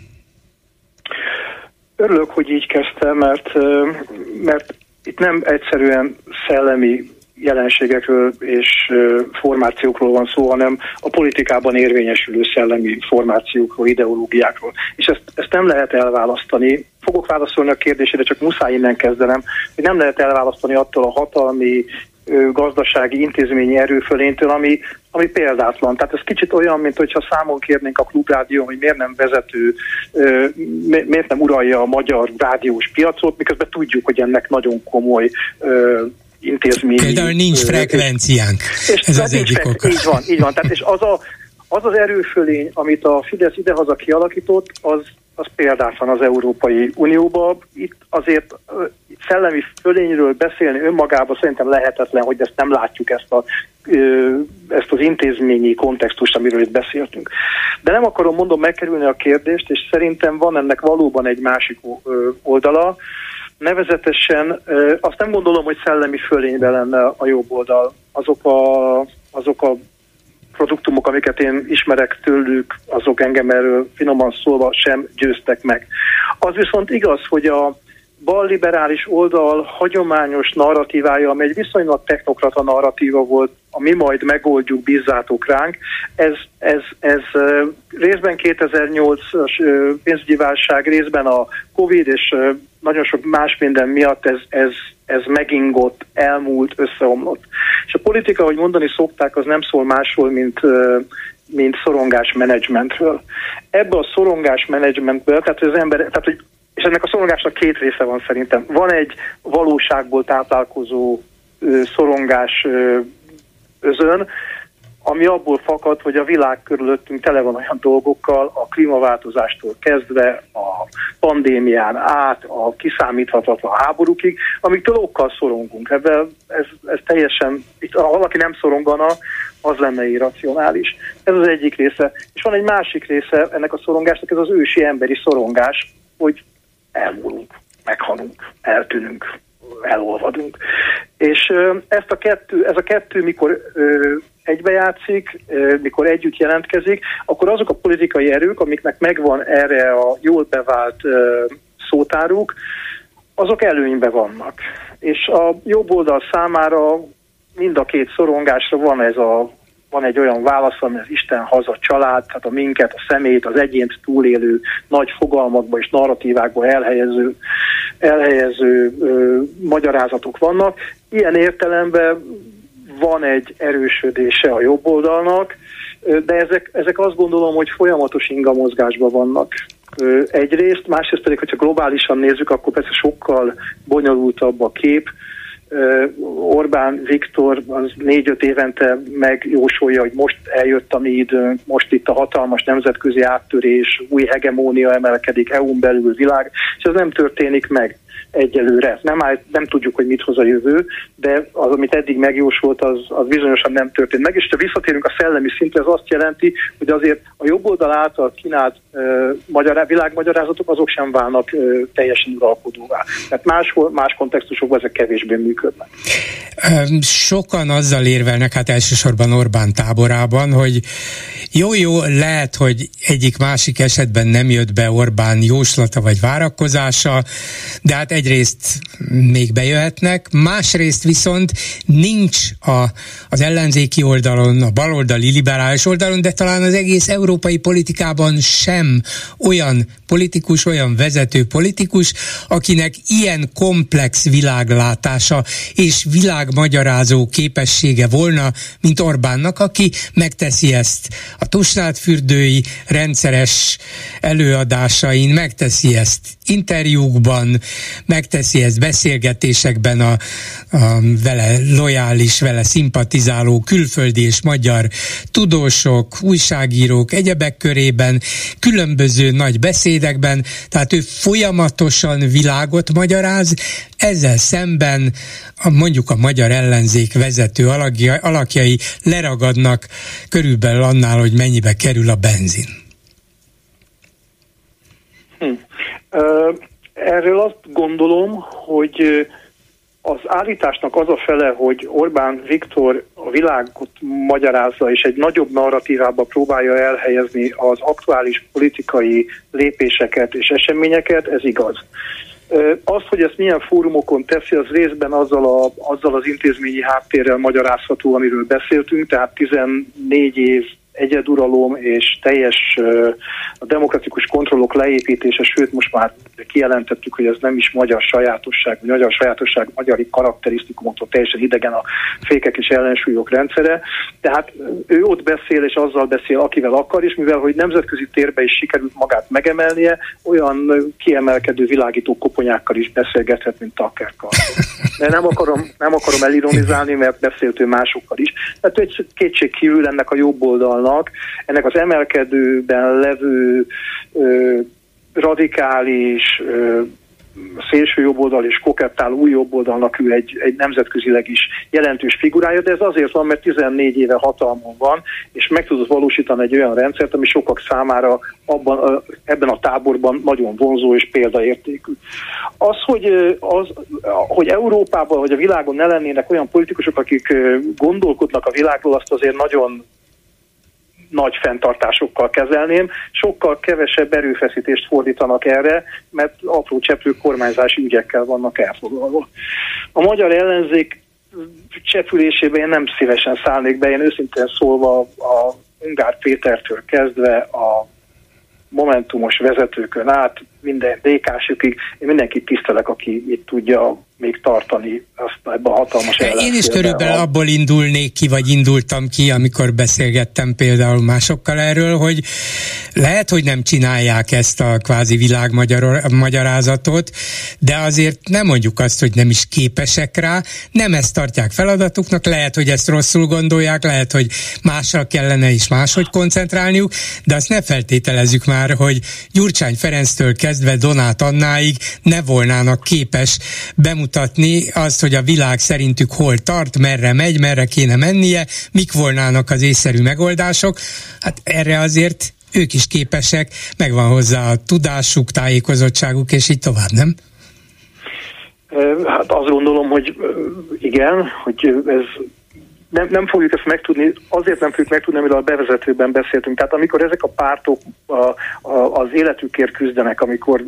Örülök, hogy így kezdtem, mert itt nem egyszerűen szellemi jelenségekről és formációkról van szó, hanem a politikában érvényesülő szellemi formációkról, ideológiákról. És ezt nem lehet elválasztani. Fogok válaszolni a kérdésére, csak muszáj innen kezdenem, hogy nem lehet elválasztani attól a hatalmi, gazdasági, intézményi erőfölénytől, ami példátlan. Tehát ez kicsit olyan, mint hogyha számon kérnénk a Klubrádió, hogy miért nem vezető, miért nem uralja a magyar rádiós piacot, miközben tudjuk, hogy ennek nagyon komoly intézményi... Például nincs frekvenciánk. Ez az egyik oka. Így van. Tehát és az az erőfölény, amit a Fidesz idehaza kialakított, az példátlan az Európai Unióban. Itt azért szellemi fölényről beszélni önmagában szerintem lehetetlen, hogy ezt nem látjuk, ezt az intézményi kontextust, amiről itt beszéltünk. De nem akarom, megkerülni a kérdést, és szerintem van ennek valóban egy másik oldala. Nevezetesen azt nem gondolom, hogy szellemi fölényben lenne a jobb oldal. Azok a produktumok, amiket én ismerek tőlük, azok engem erről finoman szólva sem győztek meg. Az viszont igaz, hogy a balliberális oldal hagyományos narratívája, amely egy viszonylag technokrata narratíva volt, a mi majd megoldjuk, bízzátok ránk, ez részben 2008-as pénzügyi válság, részben a Covid és nagyon sok más minden miatt ez megingott, elmúlt, összeomlott. És a politika, ahogy mondani szokták, az nem szól másról, mint szorongásmenedzsmentről. Ebbe a szorongásmenedzsmentből, és ennek a szorongásnak két része van szerintem. Van egy valóságból táplálkozó szorongás özön, ami abból fakad, hogy a világ körülöttünk tele van olyan dolgokkal, a klímaváltozástól kezdve, a pandémián át, a kiszámíthatatlan háborúkig, amiktől okkal szorongunk. Ez teljesen, ha valaki nem szorongana, az lenne irracionális. Ez az egyik része. És van egy másik része ennek a szorongásnak, ez az ősi emberi szorongás, hogy elmúlunk, meghalunk, eltűnünk, elolvadunk. És ez a kettő, mikor egybejátszik, mikor együtt jelentkezik, akkor azok a politikai erők, amiknek megvan erre a jól bevált szótáruk, azok előnyben vannak. És a jobb oldal számára mind a két szorongásra van egy olyan válasz, ami az Isten, haza, család, tehát a minket, a személyt, az egyént túlélő nagy fogalmakba és narratívákba elhelyező magyarázatok vannak. Ilyen értelemben van egy erősödése a jobb oldalnak, de ezek azt gondolom, hogy folyamatos ingamozgásban vannak. Egyrészt, másrészt pedig, hogyha globálisan nézzük, akkor persze sokkal bonyolultabb a kép. Orbán Viktor az 4-5 évente megjósolja, hogy most eljött a mi időnk, most itt a hatalmas nemzetközi áttörés, új hegemónia emelkedik EU-n belül, világ, és ez nem történik meg egyelőre. Nem tudjuk, hogy mit hoz a jövő, de az, amit eddig megjósolt, az bizonyosan nem történt meg, és ha visszatérünk a szellemi szintre, ez azt jelenti, hogy azért a jobb oldal által kínált világmagyarázatok, azok sem válnak teljesen uralkodóvá. Tehát más kontextusokban ezek kevésbé működnek. Sokan azzal érvelnek, hát elsősorban Orbán táborában, hogy jó, lehet, hogy egyik-másik esetben nem jött be Orbán jóslata vagy várakozása, de hát egyrészt még bejöhetnek, másrészt viszont nincs az ellenzéki oldalon, a baloldali liberális oldalon, de talán az egész európai politikában sem olyan politikus, olyan vezető politikus, akinek ilyen komplex világlátása és világmagyarázó képessége volna, mint Orbánnak, aki megteszi ezt a Tusnádfürdői rendszeres előadásain, megteszi ezt interjúkban, megteszi ezt beszélgetésekben a vele lojális, vele szimpatizáló külföldi és magyar tudósok, újságírók, egyebek körében, különböző nagy beszédek, beszédekben, tehát ő folyamatosan világot magyaráz, ezzel szemben mondjuk a magyar ellenzék vezető alakjai leragadnak körülbelül annál, hogy mennyibe kerül a benzin. Erről azt gondolom, hogy az állításnak az a fele, hogy Orbán Viktor a világot magyarázza, és egy nagyobb narratívába próbálja elhelyezni az aktuális politikai lépéseket és eseményeket, ez igaz. Az, hogy ezt milyen fórumokon teszi, az részben azzal az intézményi háttérrel magyarázható, amiről beszéltünk, tehát 14 év egyeduralom és teljes a demokratikus kontrollok leépítése, sőt most már kijelentettük, hogy ez nem is magyar sajátosság, magyari karakterisztikumoktól teljesen idegen a fékek és ellensúlyok rendszere. Tehát ő ott beszél, és azzal beszél, akivel akar, és mivel hogy nemzetközi térbe is sikerült magát megemelnie, olyan kiemelkedő világító koponyákkal is beszélgethet, mint Tucker Carlson. De nem akarom elironizálni, mert beszélt ő másokkal is. Tehát egy kétségkívül ennek a jobb oldalnak, ennek az emelkedőben levő radikális, szélső jobboldal és kokettál új jobboldalnak ő egy nemzetközileg is jelentős figurája, de ez azért van, mert 14 éve hatalmon van, és meg tudott valósítani egy olyan rendszert, ami sokak számára ebben a táborban nagyon vonzó és példaértékű. Az, hogy Európában vagy a világon ne lennének olyan politikusok, akik gondolkodnak a világról, azt azért nagyon nagy fenntartásokkal kezelném, sokkal kevesebb erőfeszítést fordítanak erre, mert apró cseprő kormányzási ügyekkel vannak elfoglalva. A magyar ellenzék csepülésében én nem szívesen szállnék be, én őszintén szólva a Ungár Pétertől kezdve a momentumos vezetőkön át, minden DK-sükig, én mindenkit tisztelek, aki itt tudja még tartani azt ebben a hatalmas ellenszélben. Én is körülbelül abból indulnék ki, vagy indultam ki, amikor beszélgettem például másokkal erről, hogy lehet, hogy nem csinálják ezt a kvázi világmagyarázatot, de azért nem mondjuk azt, hogy nem is képesek rá, nem ezt tartják feladatuknak, lehet, hogy ezt rosszul gondolják, lehet, hogy másra kellene is máshogy koncentrálniuk, de azt ne feltételezzük már, hogy Gyurcsány Ferenctől kezdve Donát Annáig ne volnának képes bemutatni azt, hogy a világ szerintük hol tart, merre megy, merre kéne mennie, mik volnának az észszerű megoldások. Hát erre azért ők is képesek, megvan hozzá a tudásuk, tájékozottságuk, és így tovább, nem? Hát azt gondolom, hogy igen, hogy ez nem fogjuk ezt megtudni, azért nem fogjuk megtudni, amiről a bevezetőben beszéltünk. Tehát amikor ezek a pártok az életükért küzdenek, amikor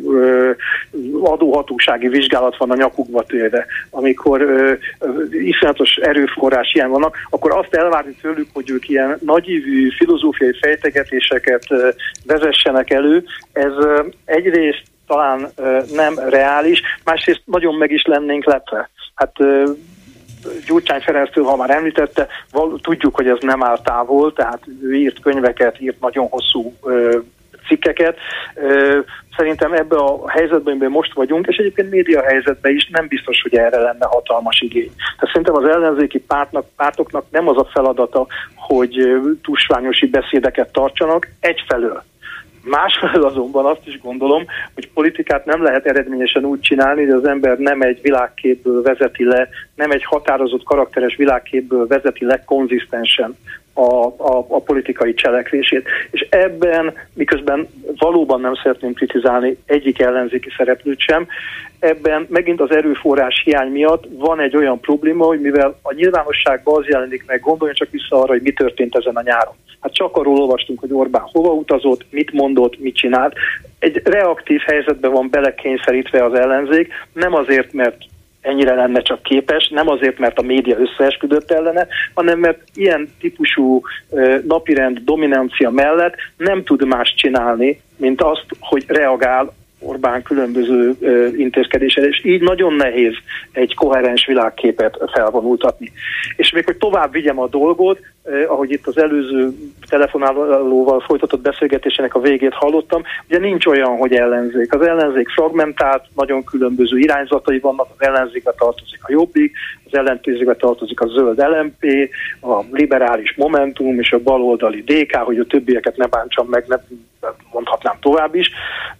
adóhatósági vizsgálat van a nyakukba téve, amikor iszonyatos erőforrás ilyen vannak, akkor azt elvárni tőlük, hogy ők ilyen nagyívű filozófiai fejtegetéseket vezessenek elő, ez egyrészt talán nem reális, másrészt nagyon meg is lennénk lepve. Hát Gyurcsány Ferenctől, ha már említette, tudjuk, hogy ez nem áll távol, tehát ő írt könyveket, írt nagyon hosszú cikkeket. Szerintem ebben a helyzetben, amiben most vagyunk, és egyébként média helyzetben is nem biztos, hogy erre lenne hatalmas igény. Tehát szerintem az ellenzéki pártoknak nem az a feladata, hogy tusványosi beszédeket tartsanak egyfelől. Másfelől azonban azt is gondolom, hogy politikát nem lehet eredményesen úgy csinálni, hogy az ember nem egy világképből vezeti le, nem egy határozott karakteres világképből vezeti le konzisztensen a politikai cselekvését. És ebben, miközben valóban nem szeretném kritizálni egyik ellenzéki szereplőt sem, ebben megint az erőforrás hiány miatt van egy olyan probléma, hogy mivel a nyilvánosságban az jelenik meg, gondoljon csak vissza arra, hogy mi történt ezen a nyáron. Hát csak arról olvastunk, hogy Orbán hova utazott, mit mondott, mit csinált. Egy reaktív helyzetben van belekényszerítve az ellenzék, nem azért, mert ennyire lenne csak képes, nem azért, mert a média összeesküdött ellene, hanem mert ilyen típusú napirend dominancia mellett nem tud más csinálni, mint azt, hogy reagál Orbán különböző intézkedésére, és így nagyon nehéz egy koherens világképet felvonultatni. És még hogy tovább vigyem a dolgot, ahogy itt az előző telefonálóval folytatott beszélgetésének a végét hallottam, ugye nincs olyan, hogy ellenzék. Az ellenzék fragmentált, nagyon különböző irányzatai vannak, az ellenzékbe tartozik a Jobbik, az ellenzékbe tartozik a zöld LMP, a liberális Momentum és a baloldali DK, hogy a többieket ne bántsam meg, mondhatnám tovább is.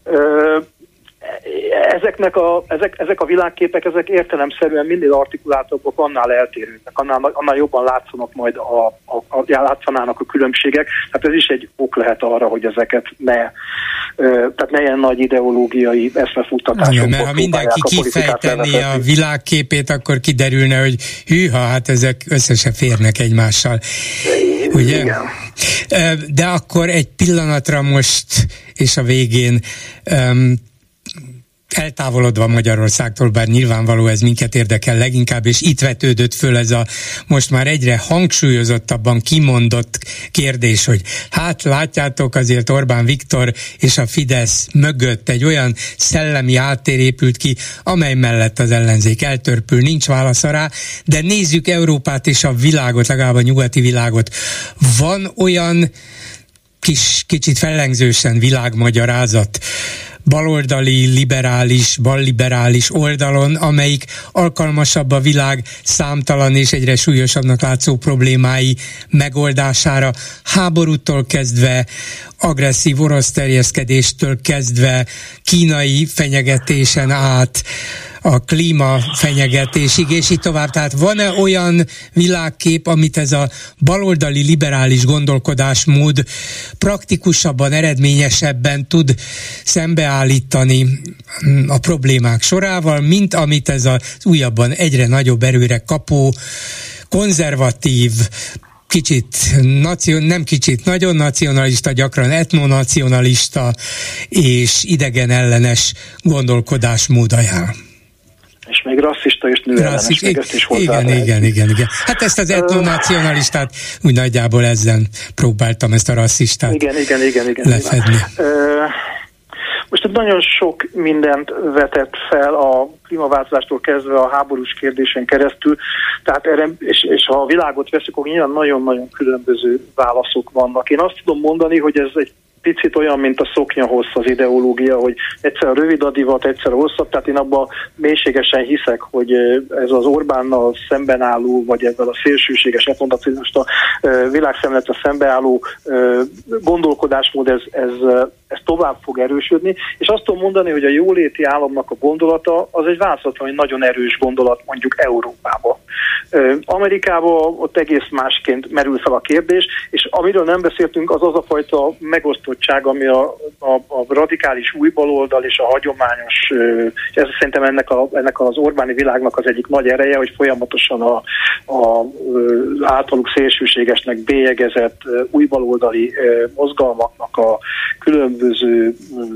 Ezek a világképek, ezek értelemszerűen minél artikuláltabbak, annál eltérőnek, annál jobban látszanak látszanának a különbségek. Hát ez is egy ok lehet arra, hogy ezeket tehát ne ilyen nagy ideológiai eszmefuttatásokból. Mert ha mindenki kifejteni a világképét, akkor kiderülne, hogy hűha, hát ezek össze se férnek egymással. Ugye? Igen. De akkor egy pillanatra most, és a végén eltávolodva Magyarországtól, bár nyilvánvaló ez minket érdekel leginkább, és itt vetődött föl ez a most már egyre hangsúlyozottabban kimondott kérdés, hogy hát látjátok, azért Orbán Viktor és a Fidesz mögött egy olyan szellemi háttér épült ki, amely mellett az ellenzék eltörpül, nincs válasza rá, de nézzük Európát és a világot, legalább a nyugati világot. Van olyan kicsit fellengzősen világmagyarázat, baloldali, liberális, balliberális oldalon, amelyik alkalmasabb a világ számtalan és egyre súlyosabbnak látszó problémái megoldására, háborútól kezdve, agresszív orosz terjeszkedéstől kezdve, kínai fenyegetésen át, a klímafenyegetésig, és így tovább. Tehát van-e olyan világkép, amit ez a baloldali liberális gondolkodásmód praktikusabban, eredményesebben tud szembeállítani a problémák sorával, mint amit ez az újabban egyre nagyobb erőre kapó, konzervatív, nagyon nacionalista, gyakran etnonacionalista és idegen ellenes gondolkodásmód ajánl. És még rasszista és nőellenes, még ezt is hozzá. Igen. Hát ezt az etnonacionalistát úgy nagyjából ezzel próbáltam ezt a rasszistát igen. lefedni. Most nagyon sok mindent vetett fel a klímaváltozástól kezdve a háborús kérdésen keresztül, tehát erre, és ha a világot veszük, akkor nyilván nagyon-nagyon különböző válaszok vannak. Én azt tudom mondani, hogy ez egy picit olyan, mint a szoknyahossz az ideológia, hogy egyszer a rövid a divat, egyszer a hosszabb, tehát én abban mélységesen hiszek, hogy ez az Orbánnal szemben álló, vagy ezzel a szélsőséges etnonacionalista világszemléletre szembeálló gondolkodásmód, ez tovább fog erősödni, és azt tudom mondani, hogy a jóléti államnak a gondolata az egy változatlanul nagyon erős gondolat mondjuk Európában. Amerikában ott egész másként merül fel a kérdés, és amiről nem beszéltünk, az a fajta megosztottság, ami a radikális új baloldal és a hagyományos, ez szerintem ennek az Orbáni világnak az egyik nagy ereje, hogy folyamatosan a általuk szélsőségesnek bélyegezett új baloldali mozgalmaknak a különböző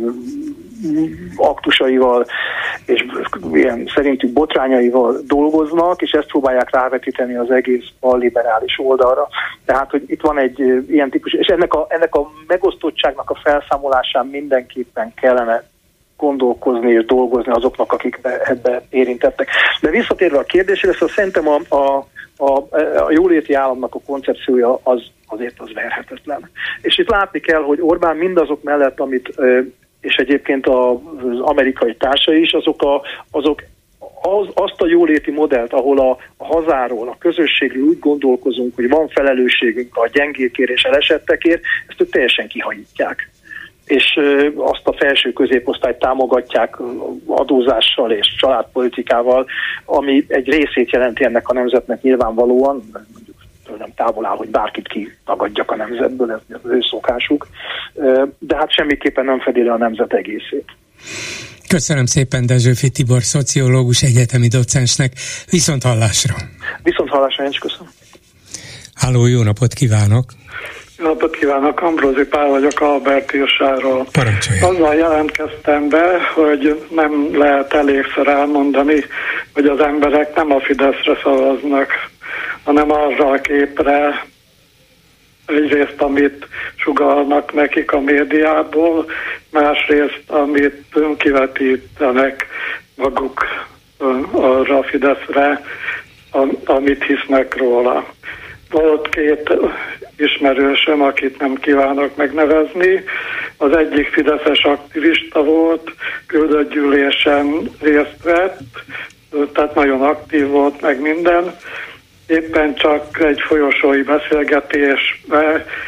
aktusaival és ilyen szerintük botrányaival dolgoznak, és ezt próbálják rávetíteni az egész balliberális oldalra. Tehát, hogy itt van egy ilyen típus, és ennek a megosztottságnak a felszámolásán mindenképpen kellene gondolkozni és dolgozni azoknak, akik ebbe érintettek. De visszatérve a kérdésre, szóval szerintem a jóléti államnak a koncepciója azért az verhetetlen. És itt látni kell, hogy Orbán mindazok mellett, amit és egyébként az amerikai társai is, azt a jóléti modellt, ahol a hazáról, a közösségről úgy gondolkozunk, hogy van felelősségünk a gyengékért és elesettekért, ezt ők teljesen kihajítják. És azt a felső középosztályt támogatják adózással és családpolitikával, ami egy részét jelenti ennek a nemzetnek nyilvánvalóan, mondjuk tőlem távol áll, hogy bárkit kitagadjak a nemzetből, ez az ő szokásuk, de hát semmiképpen nem fedi le a nemzet egészét. Köszönöm szépen Dezsőfi Tibor, szociológus, egyetemi docensnek. Viszont hallásra! Viszont hallásra, én is köszönöm. Halló, jó napot kívánok! Jó napot kívánok, Ambrózi Pál vagyok Albertírusáról. Parancsolja! Azzal jelentkeztem be, hogy nem lehet elégszer elmondani, hogy az emberek nem a Fideszre szavaznak, hanem arra a képre, egyrészt, amit sugalnak nekik a médiából, másrészt, amit kivetítenek maguk arra a Fideszre, amit hisznek róla. Volt két ismerősöm, akit nem kívánok megnevezni. Az egyik fideszes aktivista volt, küldött gyűlésen részt vett, tehát nagyon aktív volt, meg minden. Éppen csak egy folyosói beszélgetésbe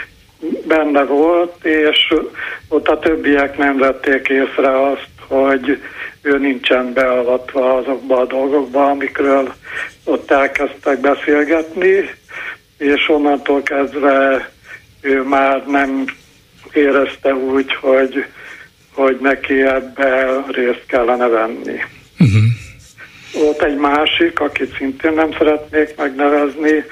benne volt, és ott a többiek nem vették észre azt, hogy ő nincsen beavatva azokba a dolgokba, amikről ott elkezdtek beszélgetni, és onnantól kezdve ő már nem érezte úgy, hogy neki ebben részt kellene venni. Volt egy másik, akit szintén nem szeretnék megnevezni,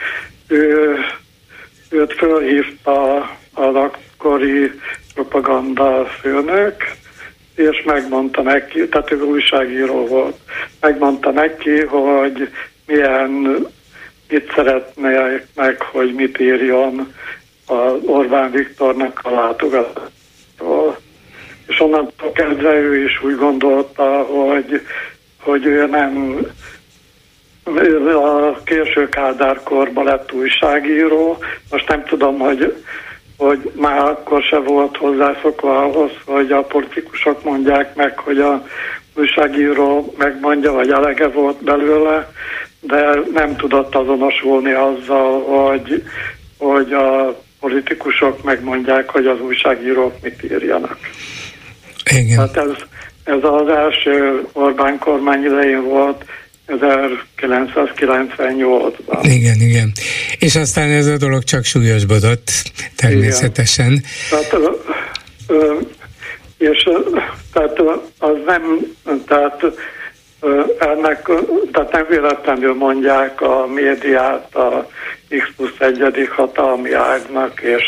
őt fölhívta az akkori propaganda főnök, és megmondta neki, tehát ő újságíró volt, megmondta neki, hogy mit szeretnék meg, hogy mit írjon az Orbán Viktornak a látogatóról. És onnantól kezdve ő is úgy gondolta, hogy ő nem, ő a késő Kádár korban lett újságíró. Most nem tudom, hogy már akkor se volt hozzászokva ahhoz, hogy a politikusok mondják meg, hogy a újságíró megmondja, vagy elege volt belőle, de nem tudott azonosulni azzal, hogy a politikusok megmondják, hogy az újságírók mit írjanak. Igen. Hát ez az első Orbán kormány idején volt 1998-ban. Igen. És aztán ez a dolog csak súlyosbodott, természetesen. Igen. Tehát az nem, tehát nem véletlenül mondják a médiát a X+1 hatalmi ágnak, és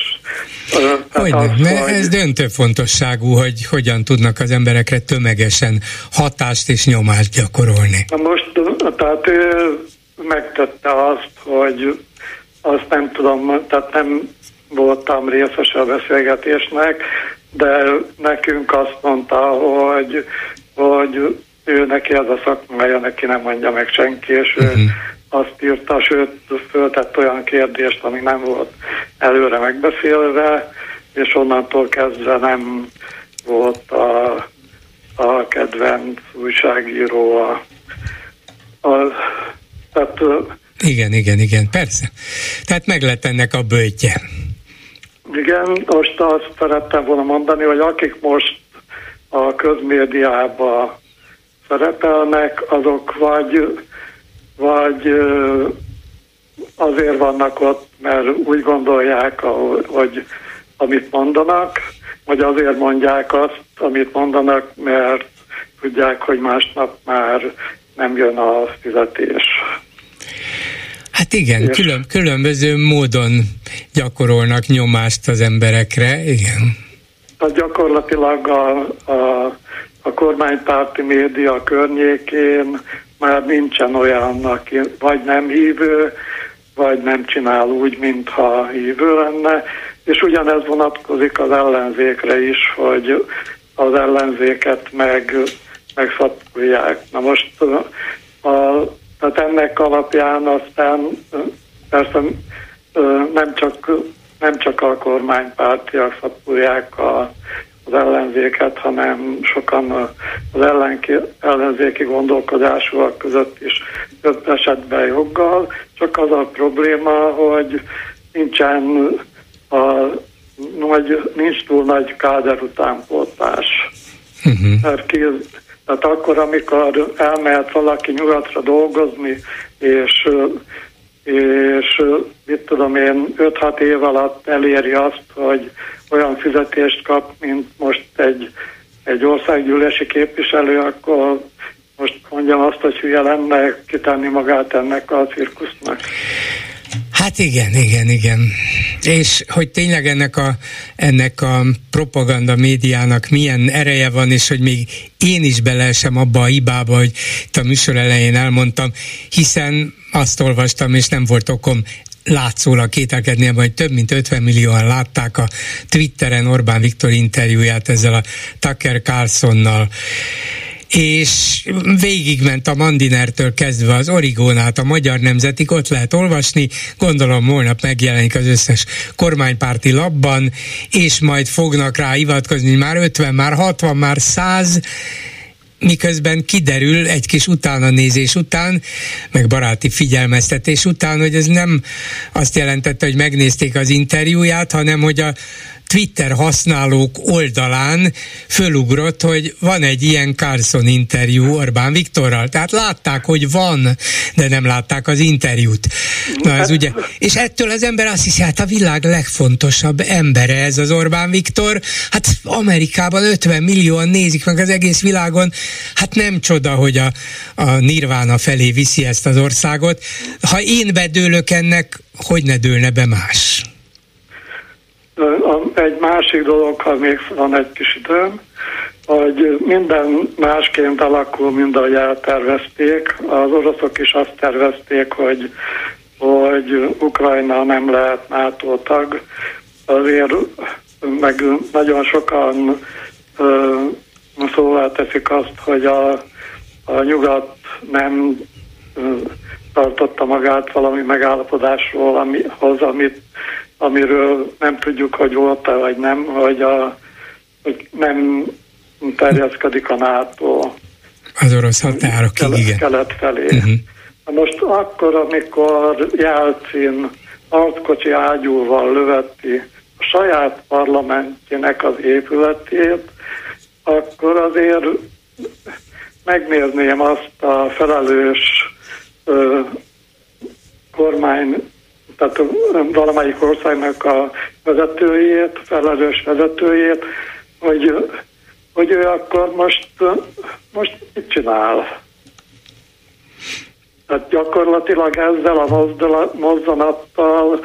ez döntő fontosságú, hogy hogyan tudnak az emberekre tömegesen hatást és nyomást gyakorolni. Na most, tehát ő megtette azt, hogy azt nem tudom, tehát nem voltam részes a beszélgetésnek, de nekünk azt mondta, hogy ő neki ez a szakmája, neki nem mondja meg senki, és ő azt írta, sőt, föltett olyan kérdést, ami nem volt előre megbeszélve, és onnantól kezdve nem volt a kedvenc újságíró. Tehát, igen, persze. Tehát meg lett ennek a böjtje. Igen, most azt szerettem volna mondani, hogy akik most a közmédiában szerepelnek, azok vagy azért vannak ott, mert úgy gondolják, hogy amit mondanak, vagy azért mondják azt, amit mondanak, mert tudják, hogy másnap már nem jön a fizetés. Hát igen, különböző módon gyakorolnak nyomást az emberekre, igen. Gyakorlatilag a kormánypárti média környékén már nincsen olyan, aki vagy nem hívő, vagy nem csinál úgy, mintha hívő lenne, és ugyanez vonatkozik az ellenzékre is, hogy az ellenzéket megszabdulják. Na most tehát ennek alapján aztán persze nem csak a kormánypártiak szabdulják az ellenzéket, hanem sokan az ellenzéki gondolkodásúak között is több esetben joggal. Csak az a probléma, hogy nincs túl nagy káder utánpótlás. Tehát akkor, amikor elmehet valaki nyugatra dolgozni, és mit tudom én, 5-6 év alatt eléri azt, hogy olyan fizetést kap, mint most egy országgyűlési képviselő, akkor most mondjam azt, hogy hülye lenne kitenni magát ennek a cirkusznak. Hát igen. És hogy tényleg ennek a propaganda médiának milyen ereje van, és hogy még én is beleesem abba a hibába, hogy itt a műsor elején elmondtam, hiszen azt olvastam, és nem volt okom látszólag kételkedni abban, hogy több mint 50 millióan látták a Twitteren Orbán Viktor interjúját ezzel a Tucker Carlsonnal, és végigment a Mandinertől kezdve az Origón át a Magyar Nemzetig, ott lehet olvasni, gondolom holnap megjelenik az összes kormánypárti lapban, és majd fognak rá hivatkozni, már 50, már 60, már 100, miközben kiderül egy kis utánanézés után, meg baráti figyelmeztetés után, hogy ez nem azt jelentette, hogy megnézték az interjúját, hanem hogy a Twitter használók oldalán fölugrott, hogy van egy ilyen Carlson interjú Orbán Viktorral. Tehát látták, hogy van, de nem látták az interjút. Na ez ugye, és ettől az ember azt hiszi, hát a világ legfontosabb embere ez az Orbán Viktor. Hát Amerikában 50 millióan nézik meg az egész világon. Hát nem csoda, hogy a nirvána felé viszi ezt az országot. Ha én bedőlök ennek, hogy ne dőlne be más? Egy másik dolog, ha még van egy kis időm, hogy minden másként alakul, mint ahogy eltervezték. Az oroszok is azt tervezték, hogy Ukrajna nem lehet NATO tag. Azért meg nagyon sokan szóvá teszik azt, hogy a nyugat nem tartotta magát valami megállapodásról, amiről nem tudjuk, hogy volt-e vagy nem, hogy nem terjeszkedik a NATO az orosz határokig, igen. Kelet felé. Uh-huh. Most akkor, amikor Jelcin arckocsi ágyúval löveti a saját parlamentjének az épületét, akkor azért megnézném azt a felelős kormány, tehát valamelyik országnak a vezetőjét, felelős vezetőjét, hogy ő akkor most mit csinál? Tehát gyakorlatilag ezzel a mozzanattal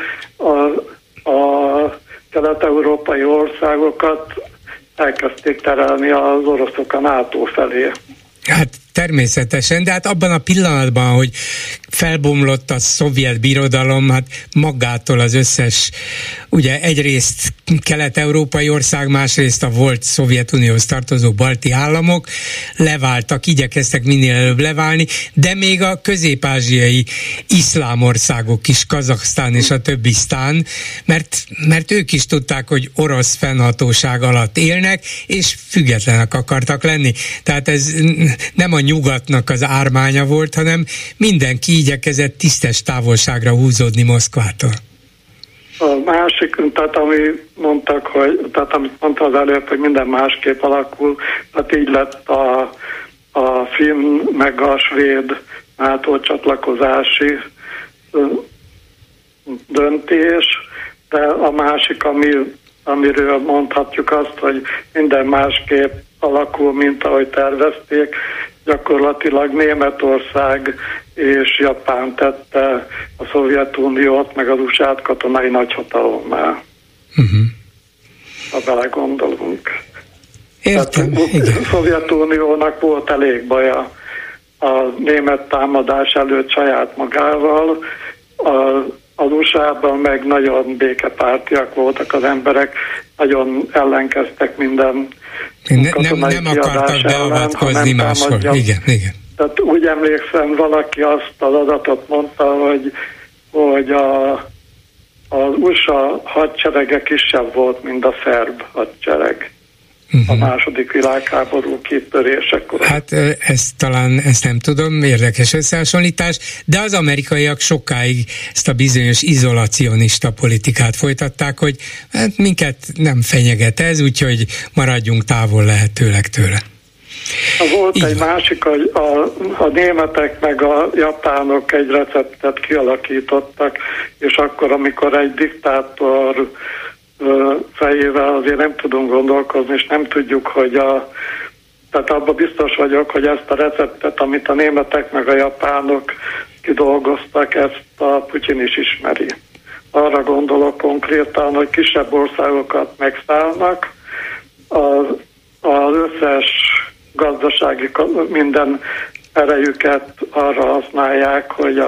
a kelet-európai országokat elkezdték terelni az oroszok a NATO felé. Hát természetesen, de hát abban a pillanatban, hogy felbomlott a szovjet birodalom, hát magától az összes, ugye egyrészt kelet-európai ország, másrészt a volt Szovjetunióhoz tartozó balti államok leváltak, igyekeztek minél előbb leválni, de még a közép-ázsiai iszlám országok is, Kazaksztán és a többisztán, mert ők is tudták, hogy orosz fennhatóság alatt élnek, és függetlenek akartak lenni. Tehát ez nem a nyugatnak az ármánya volt, hanem mindenki igyekezett tisztes távolságra húzódni Moszkvától. A másik, tehát amit mondta az előbb, hogy minden másképp alakul, tehát így lett a finn meg a svéd NATO csatlakozási döntés, de a másik, amiről mondhatjuk azt, hogy minden másképp alakul, mint ahogy tervezték, gyakorlatilag Németország és Japán tette a Szovjetuniót, meg az USA-t katonai nagyhatalommá. Uh-huh. Ha belegondolunk. Értem, a Szovjetuniónak volt elég baja a német támadás előtt saját magával, az USA-ban meg nagyon békepártiak voltak az emberek, nagyon ellenkeztek minden nem akartak beavatkozni máshol. Igen. Tehát úgy emlékszem, valaki azt az adatot mondta, hogy az USA hadserege kisebb volt, mint a szerb hadsereg. A második világháború kitörésekor. Hát ezt nem tudom, érdekes összehasonlítás, de az amerikaiak sokáig ezt a bizonyos izolacionista politikát folytatták, hogy hát minket nem fenyeget ez, úgyhogy maradjunk távol lehetőleg tőle. Volt így egy van. Másik, hogy a németek meg a japánok egy receptet kialakítottak, és akkor, amikor egy diktátor fejével azért nem tudunk gondolkozni, és nem tudjuk, hogy tehát abban biztos vagyok, hogy ezt a receptet, amit a németek meg a japánok kidolgoztak, ezt a Putyin is ismeri. Arra gondolok konkrétan, hogy kisebb országokat megszállnak, az összes gazdasági minden erejüket arra használják, hogy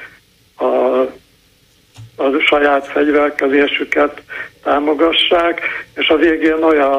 a saját fegyverkezésüket támogassák, és a végén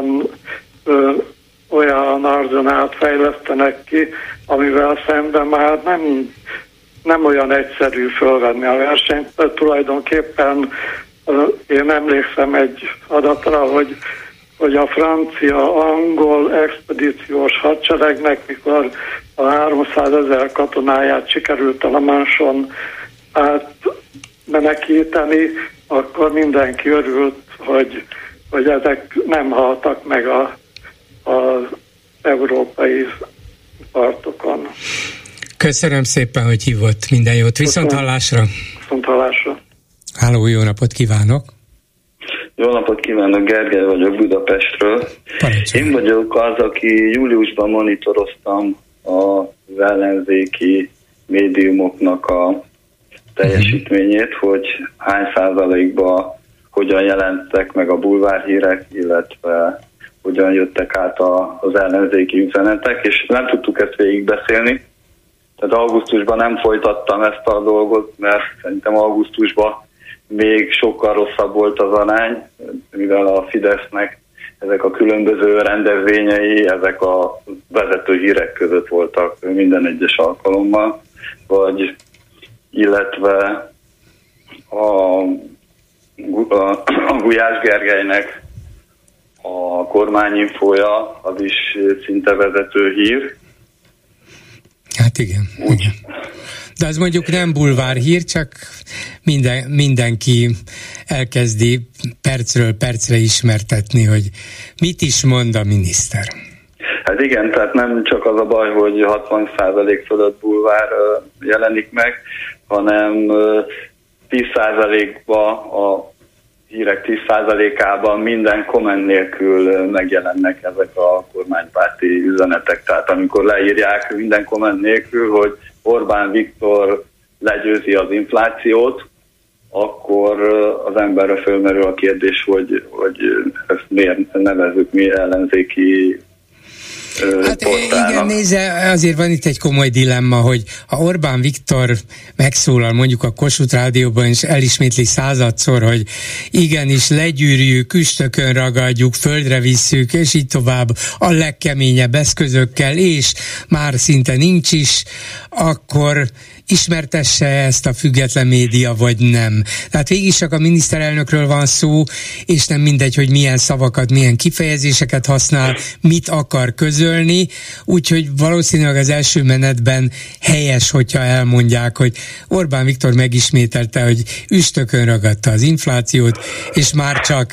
olyan arzenát fejlesztenek ki, amivel szemben már nem olyan egyszerű fölvenni a versenyt. Tulajdonképpen én emlékszem egy adatra, hogy hogy a francia-angol expedíciós hadseregnek, mikor a 300 000 katonáját sikerült a La Manche-on átmenekíteni, akkor mindenki örült, hogy ezek nem haltak meg az európai partokon. Köszönöm szépen, hogy hívott. Minden jót. Viszonthallásra. Viszonthallásra. Háló, jó napot kívánok. Jó napot kívánok, Gergely vagyok Budapestről. Parancsolj. Én vagyok az, aki júliusban monitoroztam az ellenzéki médiumoknak a teljesítményét, hogy hány százalékban hogyan jelentek meg a bulvárhírek, illetve hogyan jöttek át az ellenzéki üzenetek, és nem tudtuk ezt végigbeszélni. Tehát augusztusban nem folytattam ezt a dolgot, mert szerintem augusztusban még sokkal rosszabb volt az arány, mivel a Fidesznek ezek a különböző rendezvényei, ezek a vezető hírek között voltak minden egyes alkalommal, illetve a Gulyás Gergelynek a kormányinfója, az is szinte vezető hír. Hát igen. De az mondjuk nem bulvárhír, csak mindenki elkezdi percről percre ismertetni, hogy mit is mond a miniszter. Hát igen, tehát nem csak az a baj, hogy 60% fölött bulvár jelenik meg, hanem 10%-ba a hírek 10%-ában minden komment nélkül megjelennek ezek a kormánypárti üzenetek. Tehát amikor leírják minden komment nélkül, hogy Orbán Viktor legyőzi az inflációt, akkor az emberre fölmerül a kérdés, hogy ezt miért nevezzük mi ellenzéki Hát igen, nézze, azért van itt egy komoly dilemma, hogy ha Orbán Viktor megszólal mondjuk a Kossuth Rádióban, és elismétli 100-szor, hogy igenis legyűrjük, üstökön ragadjuk, földre visszük, és így tovább a legkeményebb eszközökkel, és már szinte nincs is, akkor ismertesse ezt a független média, vagy nem. Tehát végig csak a miniszterelnökről van szó, és nem mindegy, hogy milyen szavakat, milyen kifejezéseket használ, mit akar közölni, úgyhogy valószínűleg az első menetben helyes, hogyha elmondják, hogy Orbán Viktor megismételte, hogy üstökön ragadta az inflációt, és már csak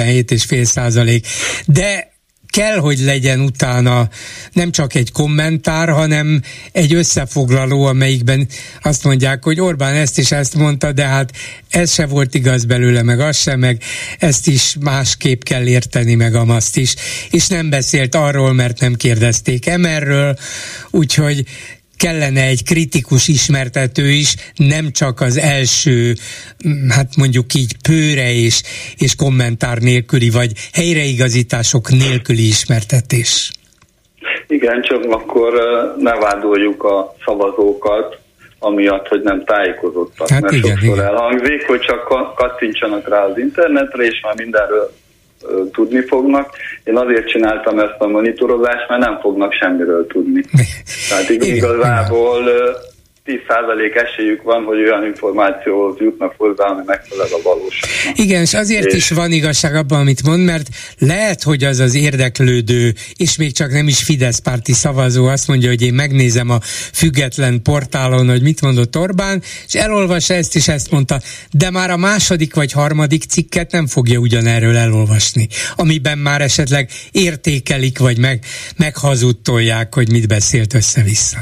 17,5%. De kell, hogy legyen utána nem csak egy kommentár, hanem egy összefoglaló, amelyikben azt mondják, hogy Orbán ezt és ezt mondta, de hát ez se volt igaz belőle, meg az sem, meg ezt is másképp kell érteni, meg amazt is. És nem beszélt arról, mert nem kérdezték emerről, úgyhogy kellene egy kritikus ismertető is, nem csak az első, hát mondjuk így pőre és kommentár nélküli, vagy helyreigazítások nélküli ismertetés. Igen, csak akkor ne vádoljuk a szavazókat, amiatt, hogy nem tájékozottak. Hát mert igen, sokszor igen. elhangzik, hogy csak kattintsanak rá az internetre, és már mindenről tudni fognak. Én azért csináltam ezt a monitorozást, mert nem fognak semmiről tudni. Tehát igazából 10% esélyük van, hogy olyan információhoz jutnak hozzá, ami megfelel a valóságnak. Igen, és azért is van igazság abban, amit mond, mert lehet, hogy az az érdeklődő, és még csak nem is Fidesz párti szavazó azt mondja, hogy én megnézem a független portálon, hogy mit mondott Orbán, és elolvassa ezt és ezt mondta, de már a második vagy harmadik cikket nem fogja ugyanerről elolvasni, amiben már esetleg értékelik, vagy meghazudtolják, hogy mit beszélt össze-vissza.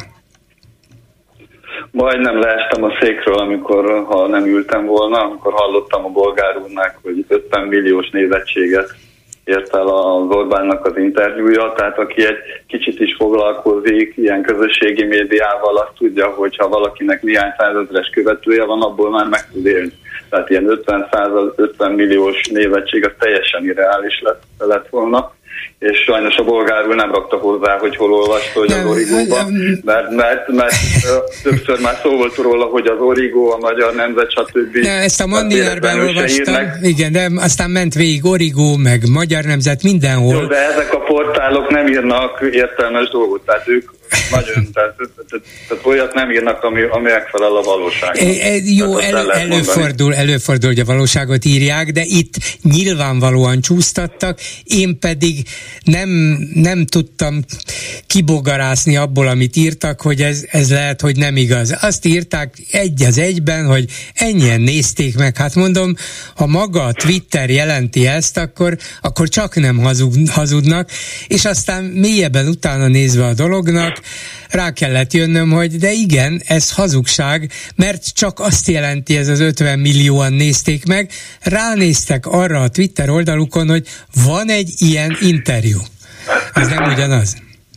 Majdnem leestem a székről, ha nem ültem volna, amikor hallottam a bolgár úrnak, hogy 50 milliós nézettséget ért el az Orbánnak az interjúja, tehát aki egy kicsit is foglalkozik ilyen közösségi médiával, azt tudja, hogy ha valakinek néhány százezres követője van, abból már meg tud élni. Tehát ilyen 50 milliós nézettség az teljesen irreális lett volna. És sajnos a bolgár úr nem rakta hozzá, hogy hol olvasta, hogy az Origóban, mert többször már szó volt róla, hogy az Origó, a Magyar Nemzet, stb. De ezt a Mandinerben olvastam, igen, de aztán ment végig Origó, meg Magyar Nemzet, mindenhol. Jó, de ezek a portálok nem írnak értelmes dolgot, tehát ők nagyon, tehát olyat nem írnak, ami megfelel a valóságnak. Jó, előfordul, hogy a valóságot írják, de itt nyilvánvalóan csúsztattak, én pedig nem tudtam kibogarászni abból, amit írtak, hogy ez lehet, hogy nem igaz. Azt írták egy az egyben, hogy ennyien nézték meg. Hát mondom, ha maga a Twitter jelenti ezt, akkor csak nem hazudnak, és aztán mélyebben utána nézve a dolognak, rá kellett jönnöm, hogy de igen, ez hazugság, mert csak azt jelenti, ez az 50 millióan nézték meg, ránéztek arra a Twitter oldalukon, hogy van egy ilyen interjú. Ez nem ugyanaz.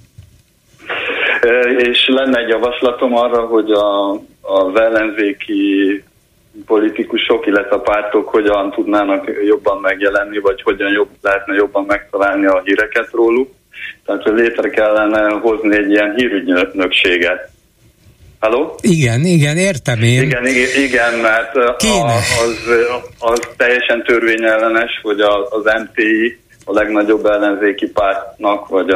És lenne egy javaslatom arra, hogy az ellenzéki politikusok, illetve a pártok hogyan tudnának jobban megjelenni, vagy hogyan lehetne jobban megtalálni a híreket róluk. Tehát, hogy létre kellene hozni egy ilyen hírügynökséget. Halló? Igen, értem én. Igen, mert az teljesen törvényellenes, hogy az MTI, a legnagyobb ellenzéki pártnak, vagy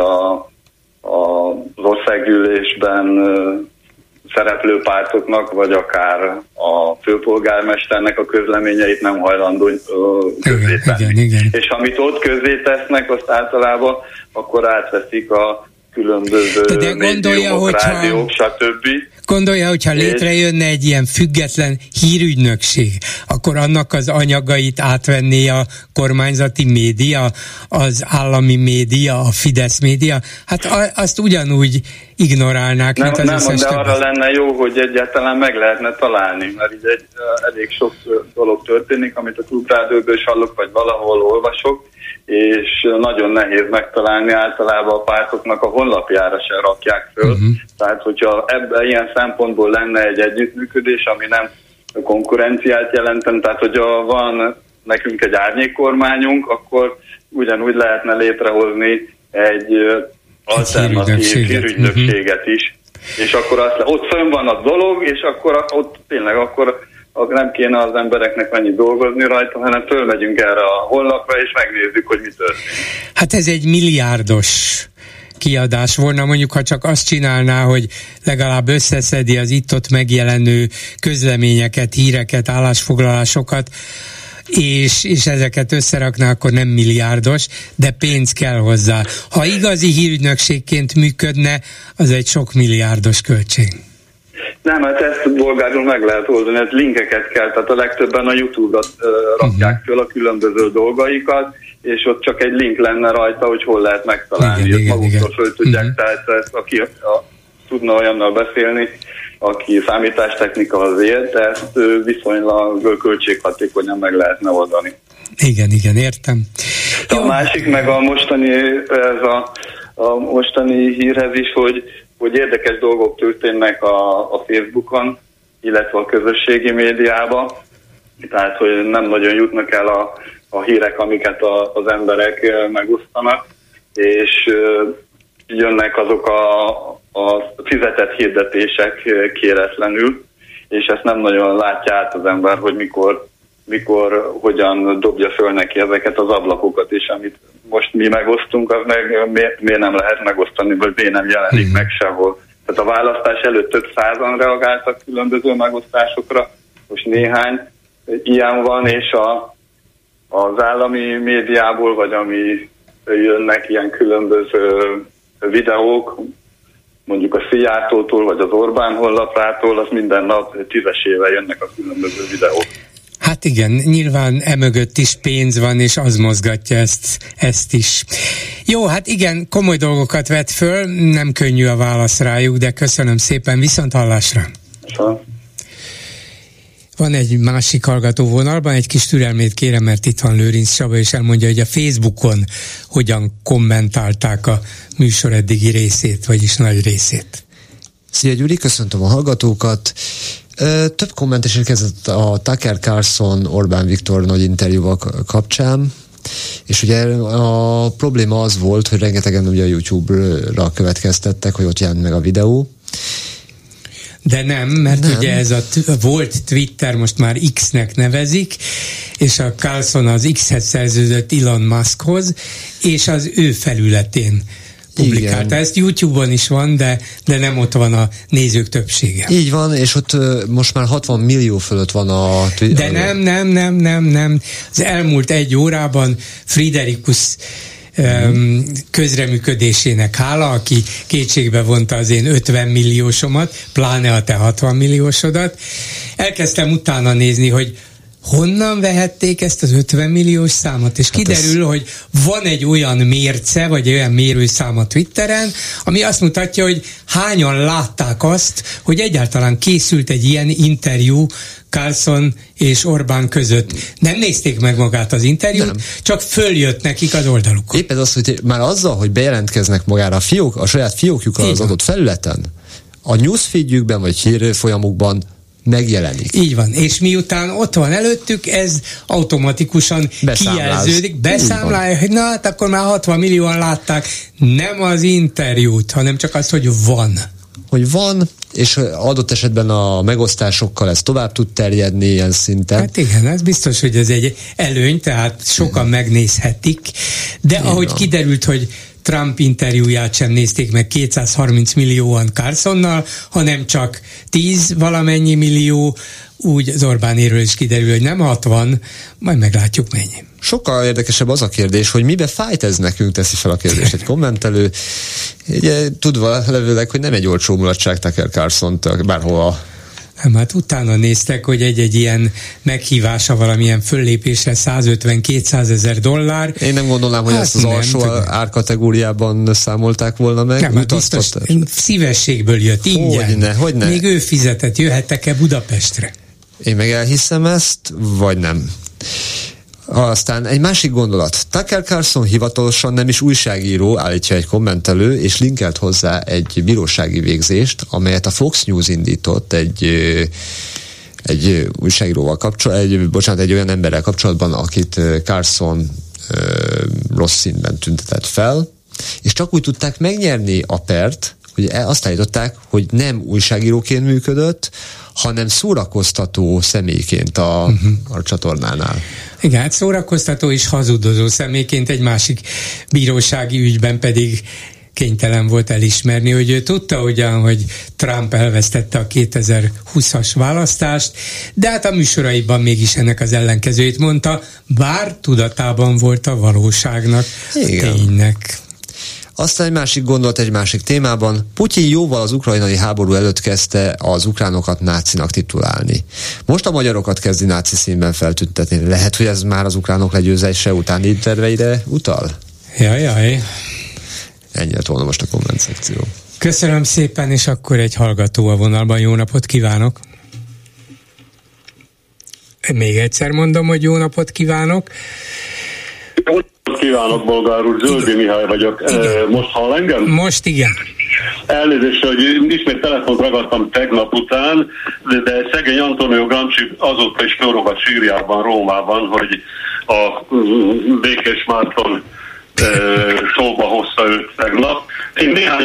az országgyűlésben szereplő pártoknak, vagy akár a főpolgármesternek a közleményeit nem hajlandó közzétenni. Igen. És amit ott közzétesznek, azt általában akkor átveszik a különböző médiumok, rádiók, stb. Gondolja, hogyha létrejönne egy ilyen független hírügynökség, akkor annak az anyagait átvenné a kormányzati média, az állami média, a Fidesz média, hát azt ugyanúgy ignorálnák, mint az összes többet. De arra lenne jó, hogy egyáltalán meg lehetne találni, mert így elég sok dolog történik, amit a Klubrádióból is hallok, vagy valahol olvasok, és nagyon nehéz megtalálni, általában a pártoknak a honlapjára se rakják föl. Tehát, hogyha ebben ilyen szempontból lenne egy együttműködés, ami nem konkurenciát jelenten, tehát, hogyha van nekünk egy árnyékkormányunk, akkor ugyanúgy lehetne létrehozni egy alternatív hírügynökséget is. És akkor ott fönn van a dolog, és akkor ott tényleg nem kéne az embereknek mennyi dolgozni rajta, hanem fölmegyünk erre a honlapra, és megnézzük, hogy mi történik. Hát ez egy milliárdos kiadás volna, mondjuk, ha csak azt csinálná, hogy legalább összeszedi az itt-ott megjelenő közleményeket, híreket, állásfoglalásokat, és ezeket összerakná, akkor nem milliárdos, de pénz kell hozzá. Ha igazi hírügynökségként működne, az egy sok milliárdos költség. Nem, hát ezt bolgárul meg lehet oldani, ez linkeket kell, tehát a legtöbben a YouTube-ra rakják föl a különböző dolgaikat, és ott csak egy link lenne rajta, hogy hol lehet megtalálni. Ezt maguktól föl tudják, tehát aki tudna olyannal beszélni, aki számítástechnika az ért, ezt viszonylag költséghatékonyan meg lehetne oldani. Igen, értem. A másik meg a mostani hírhez is, hogy érdekes dolgok történnek a Facebookon, illetve a közösségi médiában, tehát hogy nem nagyon jutnak el a hírek, amiket az emberek megosztanak, és jönnek azok a fizetett hirdetések kéretlenül, és ezt nem nagyon látja át az ember, hogy mikor hogyan dobja föl neki ezeket az ablakokat, és amit most mi megosztunk, az miért nem lehet megosztani, vagy miért nem jelenik meg sehol. Tehát a választás előtt több százan reagáltak különböző megosztásokra, most néhány ilyen van, és az állami médiából, vagy ami jönnek ilyen különböző videók, mondjuk a Szijjártótól, vagy az Orbán honlapától, az minden nap 10-esével jönnek a különböző videók. Hát igen, nyilván emögött is pénz van, és az mozgatja ezt is. Jó, hát igen, komoly dolgokat vet föl, nem könnyű a válasz rájuk, de köszönöm szépen, viszont hallásra. Van egy másik hallgató vonalban, egy kis türelmét kérem, mert itt van Lőrinc Csaba, és elmondja, hogy a Facebookon hogyan kommentálták a műsor eddigi részét, vagyis nagy részét. Szia Gyuri, köszöntöm a hallgatókat. Több komment is érkezett a Tucker Carlson Orbán Viktor nagy interjúval kapcsán, és ugye a probléma az volt, hogy rengetegen ugye a YouTube-ra következtettek, hogy ott jelent meg a videó. De nem, ugye ez volt Twitter, most már X-nek nevezik, és a Carlson az X-hez szerződött Elon Muskhoz, és az ő felületén publikálta. Igen. Ezt YouTube-on is van, de nem ott van a nézők többsége. Így van, és ott most már 60 millió fölött van a... De nem. Az elmúlt 1 órában Friderikus közreműködésének hála, aki kétségbe vonta az én 50 milliósomat, pláne a te 60 milliósodat. Elkezdtem utána nézni, hogy honnan vehették ezt az 50 milliós számot, és kiderül, hogy van egy olyan mérce, vagy olyan mérőszám a Twitteren, ami azt mutatja, hogy hányan látták azt, hogy egyáltalán készült egy ilyen interjú Carlson és Orbán között. Nem nézték meg magát az interjút, csak följött nekik az oldalukon. Éppen az, hogy már azzal, hogy bejelentkeznek magára a saját fiókjukkal az adott felületen, a newsfeedjükben vagy hírfolyamukban megjelenik. Így van, és miután ott van előttük, ez automatikusan kijelződik, beszámlálja, hogy na hát akkor már 60 millióan látták, nem az interjút, hanem csak azt, hogy van. Hogy van, és adott esetben a megosztásokkal ez tovább tud terjedni ilyen szinten. Hát igen, ez biztos, hogy ez egy előny, tehát sokan megnézhetik, de ahogy kiderült, hogy Trump interjúját sem nézték meg 230 millióan Carsonnal, hanem csak 10 valamennyi millió, úgy az Orbánéről is kiderül, hogy nem 60, majd meglátjuk mennyi. Sokkal érdekesebb az a kérdés, hogy mibe fájt ez nekünk, teszi fel a kérdést egy kommentelő. Ugye, tudva levőleg, hogy nem egy olcsó mulatság Tucker Carlsont bárhova. Hát utána néztek, hogy egy ilyen meghívása valamilyen föllépésre $150-200 ezer. Én nem gondolnám, hogy ezt az alsó árkategóriában számolták volna meg. Nem, biztos szívességből jött, ingyen. Hogyne. Még ő fizetett, jöhettek-e Budapestre? Én meg elhiszem ezt, vagy nem. Aztán egy másik gondolat. Tucker Carlson hivatalosan nem is újságíró, állítja egy kommentelő, és linkelt hozzá egy bírósági végzést, amelyet a Fox News indított egy újságíróval kapcsolatban, egy olyan emberrel kapcsolatban, akit Carlson rossz színben tüntetett fel, és csak úgy tudták megnyerni a pert, hogy azt állították, hogy nem újságíróként működött, hanem szórakoztató személyként a csatornánál. Igen, hát szórakoztató és hazudozó személyként, egy másik bírósági ügyben pedig kénytelen volt elismerni, hogy ő tudta ugyan, hogy Trump elvesztette a 2020-as választást, de hát a műsoraiban mégis ennek az ellenkezőjét mondta, bár tudatában volt a valóságnak, a ténynek. Aztán egy másik gondolat egy másik témában. Putyin jóval az ukrajnai háború előtt kezdte az ukránokat nácinak titulálni. Most a magyarokat kezdi náci színben feltüntetni. Lehet, hogy ez már az ukránok legyőzése utáni terveire utal? Jaj. Ennyi lett volna most a komment szekció. Köszönöm szépen, és akkor egy hallgató a vonalban. Jó napot kívánok! Még egyszer mondom, hogy jó napot kívánok! Kívánok, Bolgár úr, Zöldi Mihály vagyok. Most hall engem? Most igen. Elnézést, hogy ismét telefont ragadtam tegnap után, de szegény Antonio Gramsci azóta is forrog a sírjában, Rómában, hogy a Békés Márton szóba hozta őt tegnap. Én néhány...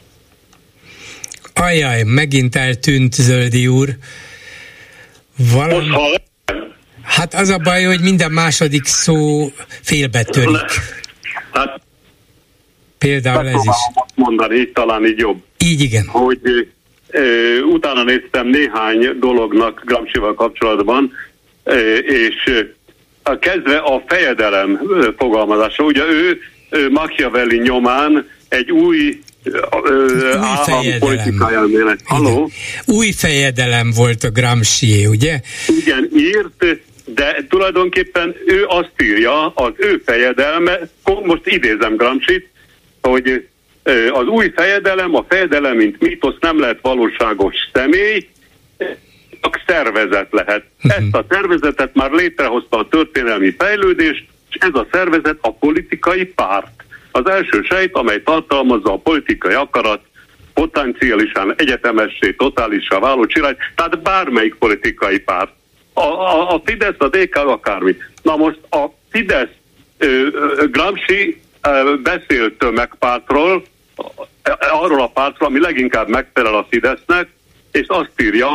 Ajjaj, megint eltűnt Zöldi úr. Most hall. Hát az a baj, hogy minden második szó félbetörik. Hát, például ez is. Mondani, így talán így jobb. Így igen. Hogy utána néztem néhány dolognak Gramscival kapcsolatban, és kezdve a fejedelem fogalmazása. Ugye ő Machiavelli nyomán egy új állampolitikai elmélet. Halló? Új fejedelem volt a Gramscié, ugye? Igen, írt, de tulajdonképpen ő azt írja, az ő fejedelme, most idézem Gramscit, hogy az új fejedelem, a fejedelem, mint mítosz nem lehet valóságos személy, csak szervezet lehet. Ezt a szervezetet már létrehozta a történelmi fejlődés, és ez a szervezet a politikai párt. Az első sejt, amely tartalmazza a politikai akarat potenciálisan egyetemessé, totálissá váló csirály, tehát bármelyik politikai párt. A Fidesz, a DK, akármi. Na most a Fidesz, Gramsci beszél tömegpártról, arról a pártról, ami leginkább megfelel a Fidesznek, és azt írja,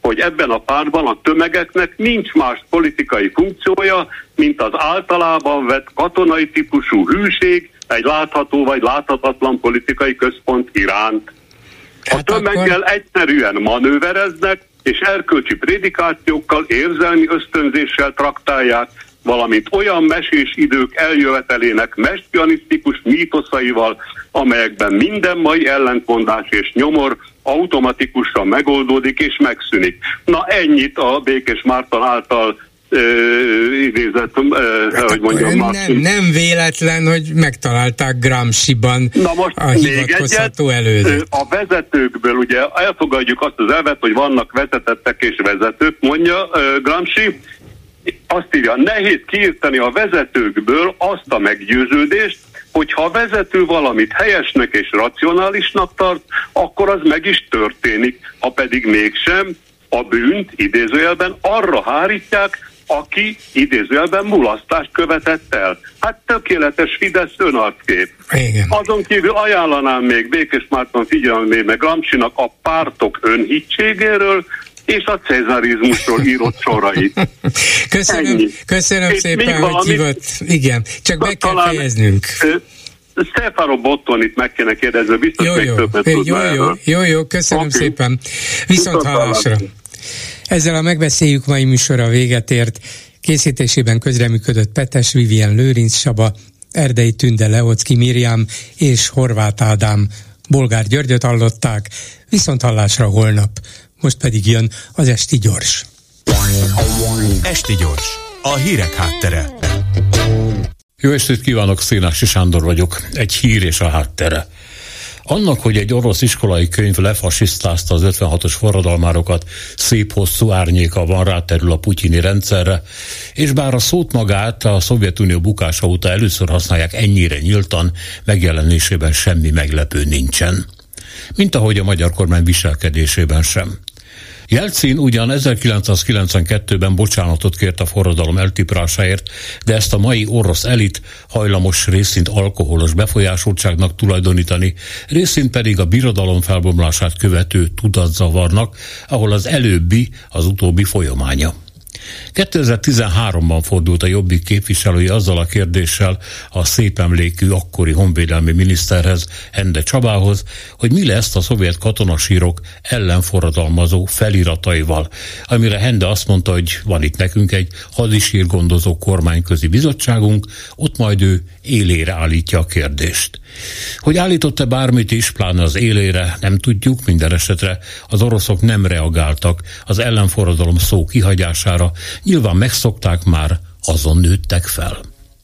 hogy ebben a pártban a tömegeknek nincs más politikai funkciója, mint az általában vett katonai típusú hűség egy látható vagy láthatatlan politikai központ iránt. A tömeggel egyszerűen manővereznek, és erkölcsi prédikációkkal, érzelmi ösztönzéssel traktálják, valamint olyan mesés idők eljövetelének messianisztikus mítoszaival, amelyekben minden mai ellentmondás és nyomor automatikusan megoldódik és megszűnik. Na ennyit a Békés Márton által idézett, hogy mondjam, nem véletlen, hogy megtalálták Gramsciban a hivatkozható elődöt. A vezetőkből ugye elfogadjuk azt az elvet, hogy vannak vezetettek és vezetők, mondja Gramsci. Azt írja, nehéz kiírteni a vezetőkből azt a meggyőződést, hogy ha a vezető valamit helyesnek és racionálisnak tart, akkor az meg is történik. Ha pedig mégsem, a bűnt idézőjelben arra hárítják, aki idézőjelben mulasztást követett el. Hát tökéletes Fidesz önarckép. Igen. Azon kívül ajánlanám még Békés Márton figyelmébe Gramscinak a pártok önhittségéről, és a cezarizmusról írott sorait. Köszönöm szépen, hogy hívott. Igen, csak be kell fejeznünk. Stefano Bottonit meg kéne kérdezni, biztos még többet tudna erről. Jó, köszönöm szépen. Viszont hallásra. Ezzel a megbeszéljük mai műsora véget ért. Készítésében közreműködött Petes Vivien, Lőrinc Saba, Erdei Tünde, Leocki Miriam és Horváth Ádám. Bolgár Györgyöt hallották. Viszont hallásra holnap. Most pedig jön az Esti Gyors. Esti Gyors, a hírek háttere. Jó estét kívánok, Szénási Sándor vagyok. Egy hír és a háttere. Annak, hogy egy orosz iskolai könyv lefasisztázta az 56-os forradalmárokat, szép hosszú árnyéka van, ráterül a putyini rendszerre, és bár a szót magát a Szovjetunió bukása óta először használják ennyire nyíltan, megjelenésében semmi meglepő nincsen. Mint ahogy a magyar kormány viselkedésében sem. Jelcin ugyan 1992-ben bocsánatot kért a forradalom eltiprásáért, de ezt a mai orosz elit hajlamos részint alkoholos befolyásoltságnak tulajdonítani, részint pedig a birodalom felbomlását követő tudatzavarnak, ahol az előbbi az utóbbi folyamánya. 2013-ban fordult a Jobbik képviselői azzal a kérdéssel a szép emlékű akkori honvédelmi miniszterhez, Ende Csabához, hogy mi lesz a szovjet katonasírok ellenforradalmazó felirataival, amire Ende azt mondta, hogy van itt nekünk egy hadisírgondozó kormányközi bizottságunk, ott majd ő élére állítja a kérdést. Hogy állított-e bármit is, pláne az élére, nem tudjuk, minden esetre az oroszok nem reagáltak az ellenforradalom szó kihagyására, nyilván megszokták már, azon nőttek fel.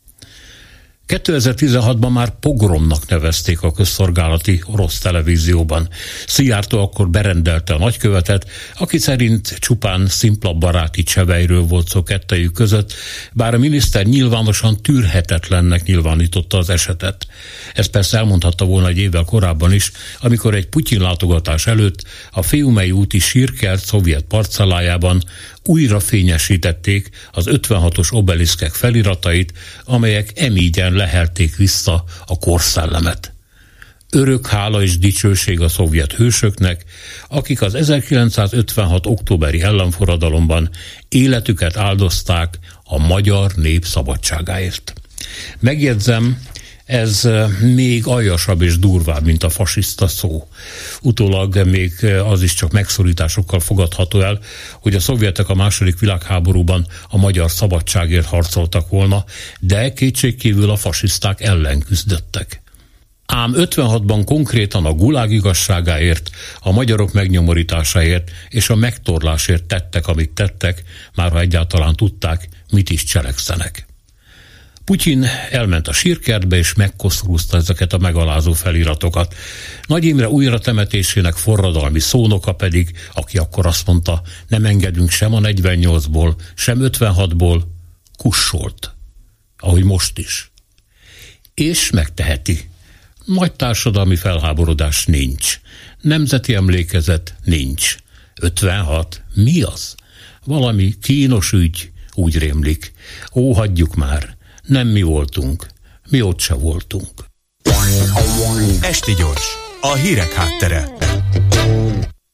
2016-ban már pogromnak nevezték a közszolgálati orosz televízióban. Szijjártó akkor berendelte a nagykövetet, aki szerint csupán szimpla baráti cseveiről volt szó kettejük között, bár a miniszter nyilvánosan tűrhetetlennek nyilvánította az esetet. Ez persze elmondhatta volna egy évvel korábban is, amikor egy Putyin látogatás előtt a Fiumei úti sírkert szovjet parcellájában újra fényesítették az 56-os obeliszkek feliratait, amelyek emígyen lehelték vissza a korszellemet. Örök hála és dicsőség a szovjet hősöknek, akik az 1956. októberi ellenforradalomban életüket áldozták a magyar nép szabadságáért. Megjegyzem, ez még aljasabb és durvább, mint a fasiszta szó. Utólag még az is csak megszorításokkal fogadható el, hogy a szovjetek a II. Világháborúban a magyar szabadságért harcoltak volna, de kétségkívül a fasiszták ellen küzdöttek. Ám 56-ban konkrétan a gulág igazságáért, a magyarok megnyomorításáért és a megtorlásért tettek, amit tettek, már ha egyáltalán tudták, mit is cselekszenek. Putyin elment a sírkertbe és megkoszorúzta ezeket a megalázó feliratokat. Nagy Imre újratemetésének forradalmi szónoka pedig, aki akkor azt mondta, nem engedünk sem a 48-ból, sem 56-ból, kussolt. Ahogy most is. És megteheti. Nagy társadalmi felháborodás nincs. Nemzeti emlékezet nincs. 56? Mi az? Valami kínos ügy, úgy rémlik. Ó, hagyjuk már. Nem mi voltunk. Mi ott se voltunk. Esti Gyors, a hírek háttere.